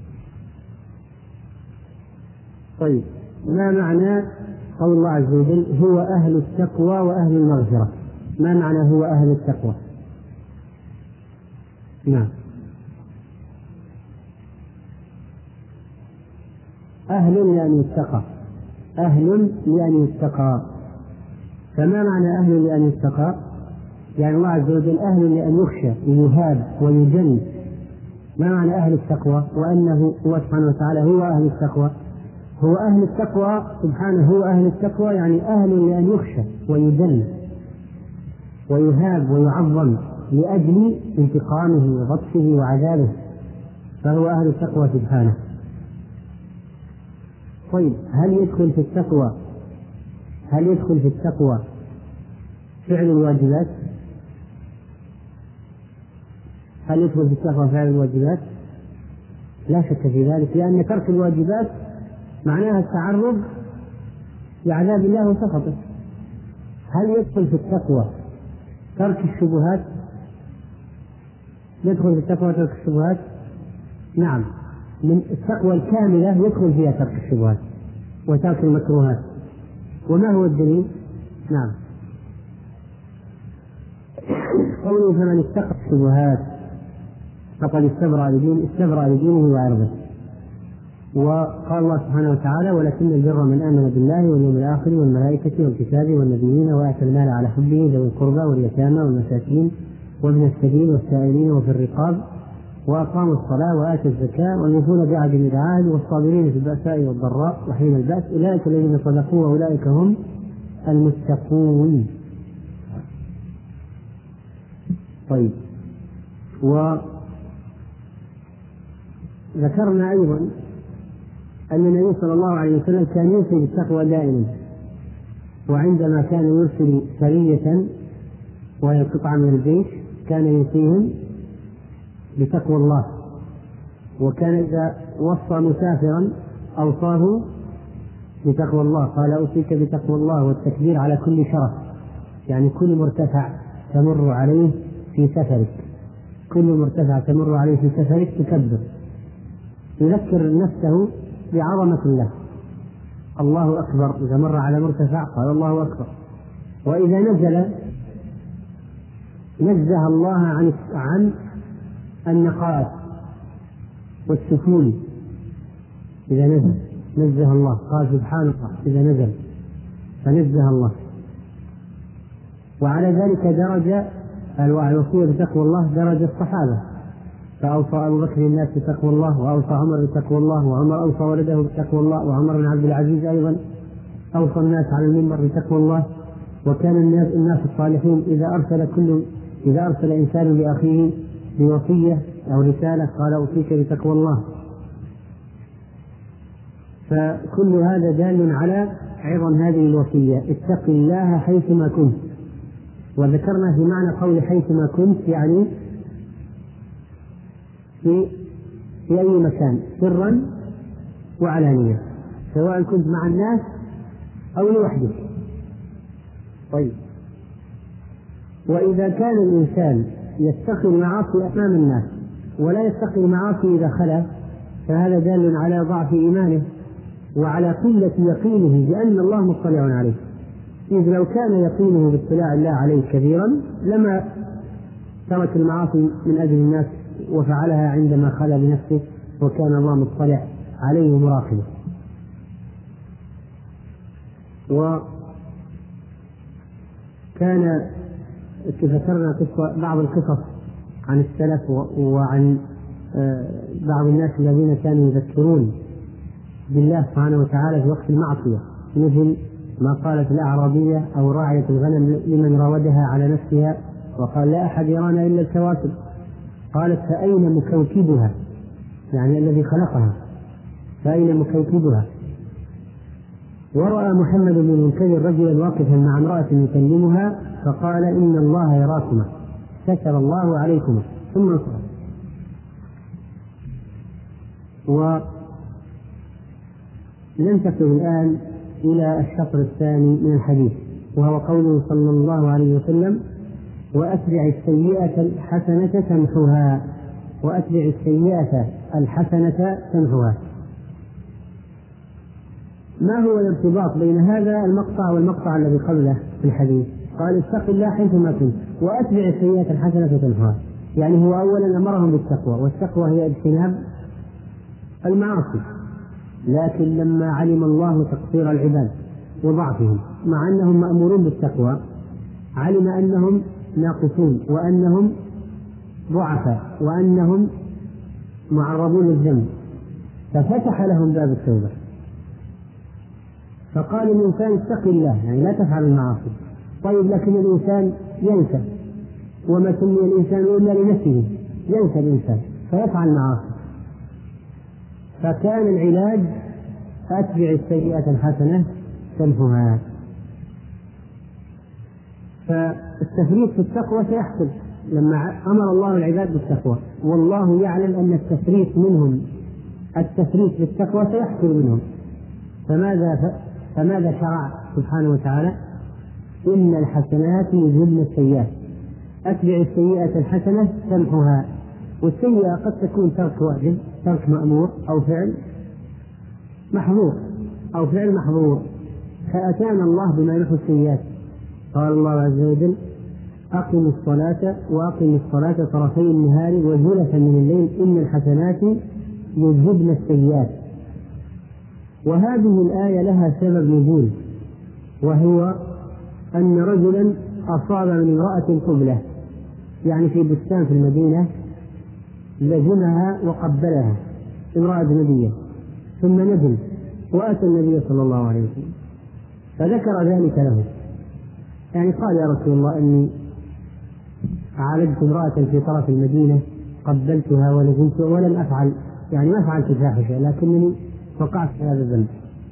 طيب، ما معنى قول الله عز وجل هو أهل التقوى وأهل المغفرة؟ ما معنى هو أهل التقوى؟ نعم، أهل لأن يتقى، أهل لأن يتقى. فما معنى أهل لأن يتقى؟ يعني الله عز وجل أهل لأن يخشى ويهاب ويجل. ما معنى أهل التقوى؟ وأنه هو سبحانه وتعالى هو أهل التقوى. هو أهل التقوى سبحانه، هو أهل التقوى يعني أهل لأن يخشى ويجل ويهاب ويعظم لأجل انتقامه وبطشه وعذابه، فهو أهل التقوى سبحانه. طيب، هل يدخل في التقوى هل يدخل في التقوى فعل الواجبات؟ هل يدخل في التقوى فعل الواجبات؟ لا شك في ذلك، لأن ترك الواجبات معناها التعرض لعذاب الله وسخطه. هل يدخل في التقوى ترك الشبهات؟ يدخل في التقوى ترك الشبهات؟ نعم، من التقوى الكاملة يدخل فيها ترك الشبهات وترك المكروهات. وما هو الدليل؟ نعم، قوله فمن اتقى الشبهات فقد استبرأ لدينه استبرأ لدينه وعرضه. وقال الله سبحانه وتعالى ولكن البر من آمن بالله واليوم الآخر والملائكة والكتاب والنبيين وآتى المال على حبه ذوي القربى واليتامى والمساكين وابن السبيل والسائلين وفي الرقاب وأقاموا الصلاة وآتوا الزكاة والموفون بعهد إذا عاهد والصابرين في البأساء والضراء وحين البأس أولئك الذين صدقوا وأولئك هم المتقون. طيب، وذكرنا أيضا أن النبي صلى الله عليه وسلم كان يوصي بالتقوى دائما، وعندما كان يرسل سرية وهي قطعة من الجيش كان يوصيهم بتقوى الله، وكان إذا وصى مسافرا أوصاه بتقوى الله، قال أوصيك بتقوى الله والتكبير على كل شرف، يعني كل مرتفع تمر عليه في سفرك، كل مرتفع تمر عليه في سفرك تكبر، يذكر نفسه بعظمة الله. الله أكبر، إذا مر على مرتفع قال الله أكبر. وإذا نزل نزه الله عن عن النقائص والسفول. إذا نزل نزه الله، قال سبحان الله إذا نزل فنزه الله. وعلى ذلك درجة الوصية بتقوى الله درجة الصحابة، فأوصى أبو بكر الناس بتقوى الله، وأوصى عمر بتقوى الله، وعمر أوصى ولده بتقوى الله، وعمر بن عبد العزيز أيضا أوصى الناس على المنبر بتقوى الله. وكان الناس الناس الصالحين إذا أرسل كل إذا أرسل إنسان لأخيه بوصية أو رسالة قال أوصيك بتقوى الله. فكل هذا دال على عظم هذه الوصية، اتق الله حيثما كنت. وذكرنا في معنى قول حيثما كنت يعني في في أي مكان سرا وعلانية، سواء كنت مع الناس أو لوحدك. طيب، وإذا كان الإنسان يتقي المعاصي أمام الناس ولا يتقي المعاصي إذا خلا، فهذا دال على ضعف إيمانه وعلى قلة يقينه بأن الله مطلع عليه. إذ لو كان يقينه باطلاع الله عليه كثيرا لما ترك المعاصي من أجل الناس وفعلها عندما خلا بنفسه وكان الله مطلع عليه مراقبه. وكان ذكرنا بعض القصص عن السلف وعن بعض الناس الذين كانوا يذكرون بالله سبحانه وتعالى في وقت المعصية، مثل ما قالت الأعرابية أو راعية الغنم لمن راودها على نفسها وقال لا أحد يرانا إلا الكواكب، قالت فأين مكوكبها، يعني الذي خلقها، فأين مكوكبها. ورأى محمد بن المنكدر رجلا واقفا مع امرأة يكلمها فقال إن الله يراكما ستر الله عليكما ثم انصرف. وننتقل الآن إلى الشطر الثاني من الحديث، وهو قوله صلى الله عليه وسلم: وأتبع السيئة الحسنة تمحها، وأتبع السيئة الحسنة تمحها. ما هو الارتباط بين هذا المقطع والمقطع الذي قبله في الحديث؟ قال: اتق الله حيثما كنت وأتبع السيئة الحسنة تمحها. يعني هو أولا أمرهم بالتقوى، والتقوى هي اجتناب المعاصي، لكن لما علم الله تقصير العباد وضعفهم مع أنهم مأمورون بالتقوى، علم أنهم ناقصون وأنهم ضعفاء وأنهم معرضون للذنب، ففتح لهم باب التوبة، فقال الإنسان: اتق الله، يعني لا تفعل المعاصي. طيب لكن الإنسان ينسى، وما سمي الإنسان إلا لنفسه، ينسى الإنسان فيفعل معاصي، فكان العلاج: أتبع السيئة الحسنة تمحها. فالتفريط في التقوى سيحصل لما أمر الله العباد بالتقوى، والله يعلم أن التفريط منهم التفريط في التقوى سيحصل منهم، فماذا فماذا شرع سبحانه وتعالى؟ إن الحسنات يذهبن السيئات، أتبع السيئة الحسنة تمحها. والسيئة قد تكون ترك واجب، ترك مأمور، أو فعل محظور أو فعل محظور، فأتانا الله بما يمحو السيئات. قال الله عز وجل: أقم الصلاة وأقم الصلاة طرفي النهار وزلفا من الليل إن الحسنات يذهبن السيئات. وهذه الآية لها سبب نزول، وهو أن رجلا أصاب من امرأة قبلة، يعني في بستان في المدينة، لزمها وقبلها امرأة أجنبية، ثم نزل وأتى النبي صلى الله عليه وسلم فذكر ذلك له، يعني قال: يا رسول الله، إني عالجت امرأة في طرف المدينة، قبلتها ولزمت ولم أفعل، يعني ما فعلت فاحشة، لكنني وقعت في هذا الذنب.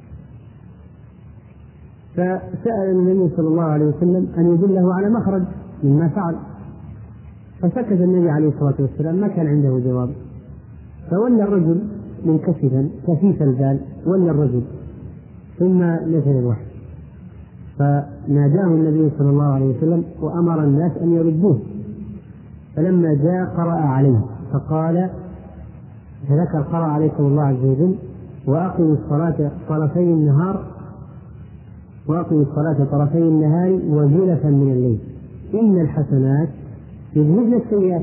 فسأل النبي صلى الله عليه وسلم أن يدله على مخرج مما فعل، فسكت النبي عليه الصلاة والسلام، ما كان عنده جواب. فولى الرجل منكسفا كثيف البال، ولى الرجل، ثم نزل الوحي، فناداه النبي صلى الله عليه وسلم وأمر الناس أن يردوه. فلما جاء قرأ عليه فقال: فذكر قرأ عليكم الله عز وجل: وأقم الصلاة طرفي النهار وأقم الصلاة طرفي النهار وزلفا من الليل إن الحسنات يذهبن السيئات.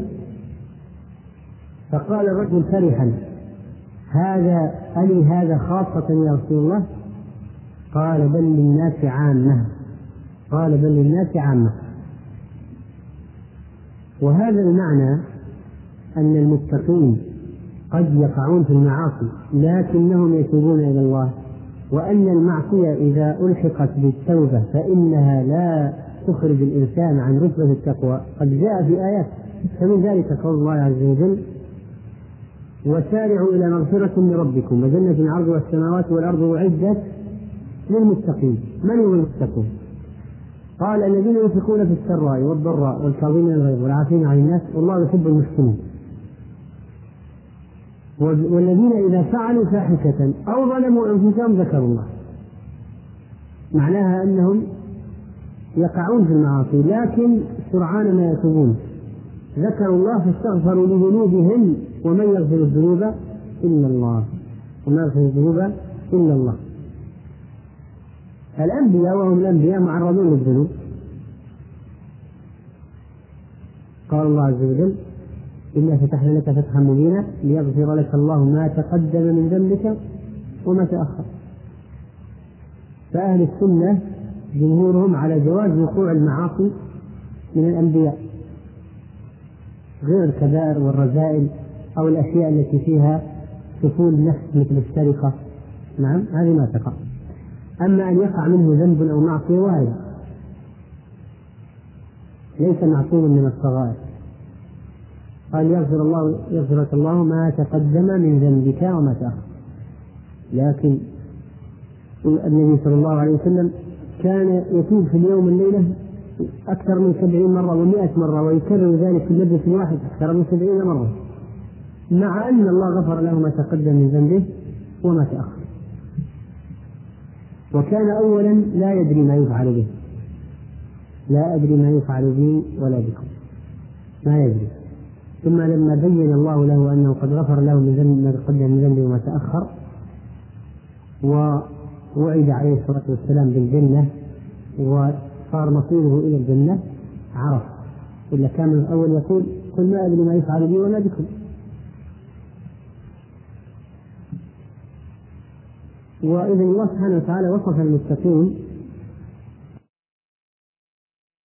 فقال الرجل فرحا: هذا ألي هذا خاصة يا رسول الله؟ قال: بل للناس عامة. قال: بل للناس عامة. وهذا المعنى أن المتقين قد يقعون في المعاصي لكنهم يتوبون إلى الله، وأن المعصية إذا ألحقت بالتوبة فإنها لا تخرج الإنسان عن رتبة التقوى، قد جاء في آيات، فمن ذلك قول الله عز وجل: وسارعوا إلى مغفرة من ربكم وجنة عرضها السماوات والأرض أعدت للمتقين. من هم المتقون؟ قال: الذين ينفقون في السراء والضراء والكاظمين الغيظ والعافين عن الناس والله يحب المحسنين، والذين إذا فعلوا فاحشة أو ظلموا أنفسهم ذكروا الله. معناها أنهم يقعون في المعاصي لكن سرعان ما يتوبون، ذكروا الله فاستغفروا لذنوبهم، ومن يغفر الذنوب إلا الله ومن يغفر الذنوب إلا الله. الأنبياء وهم الأنبياء معرضون للذنوب. قال الله عز وجل: إنا فتحنا لك فتحا مبينا ليغفر لك الله ما تقدم من ذنبك وما تأخر. فأهل السنة جمهورهم على جواز وقوع المعاصي من الأنبياء، غير الكبائر والرذائل أو الأشياء التي فيها سفول نفس مثل السرقة، نعم هذه ما تقع. أما أن يقع منه ذنب أو معصية وارد، ليس معصوما من الصغائر. قال: يغفر الله يغفر لك الله ما تقدم من ذنبك وما تأخر. لكن النبي صلى الله عليه وسلم كان يتوب في اليوم الليلة أكثر من سبعين مرة ومئة مرة، ويكرر ذلك في المجلس الواحد أكثر من سبعين مرة، مع أن الله غفر له ما تقدم من ذنبه وما تأخر. وكان أولا لا يدري ما يفعل به، لا أدري ما يفعل بي ولا بكم، ما يدري. ثم لما بين الله له أنه قد غفر له من ذنب ما تقدم من ذنبه وما تأخر، ووعد عليه الصلاة والسلام بالجنة وصار مصيره إلى الجنة، عرف. إلا كان من الأول يقول قل ما أدري ما يفعل بي ولا بكم. وإذا الله سبحانه وتعالى وصف المتقين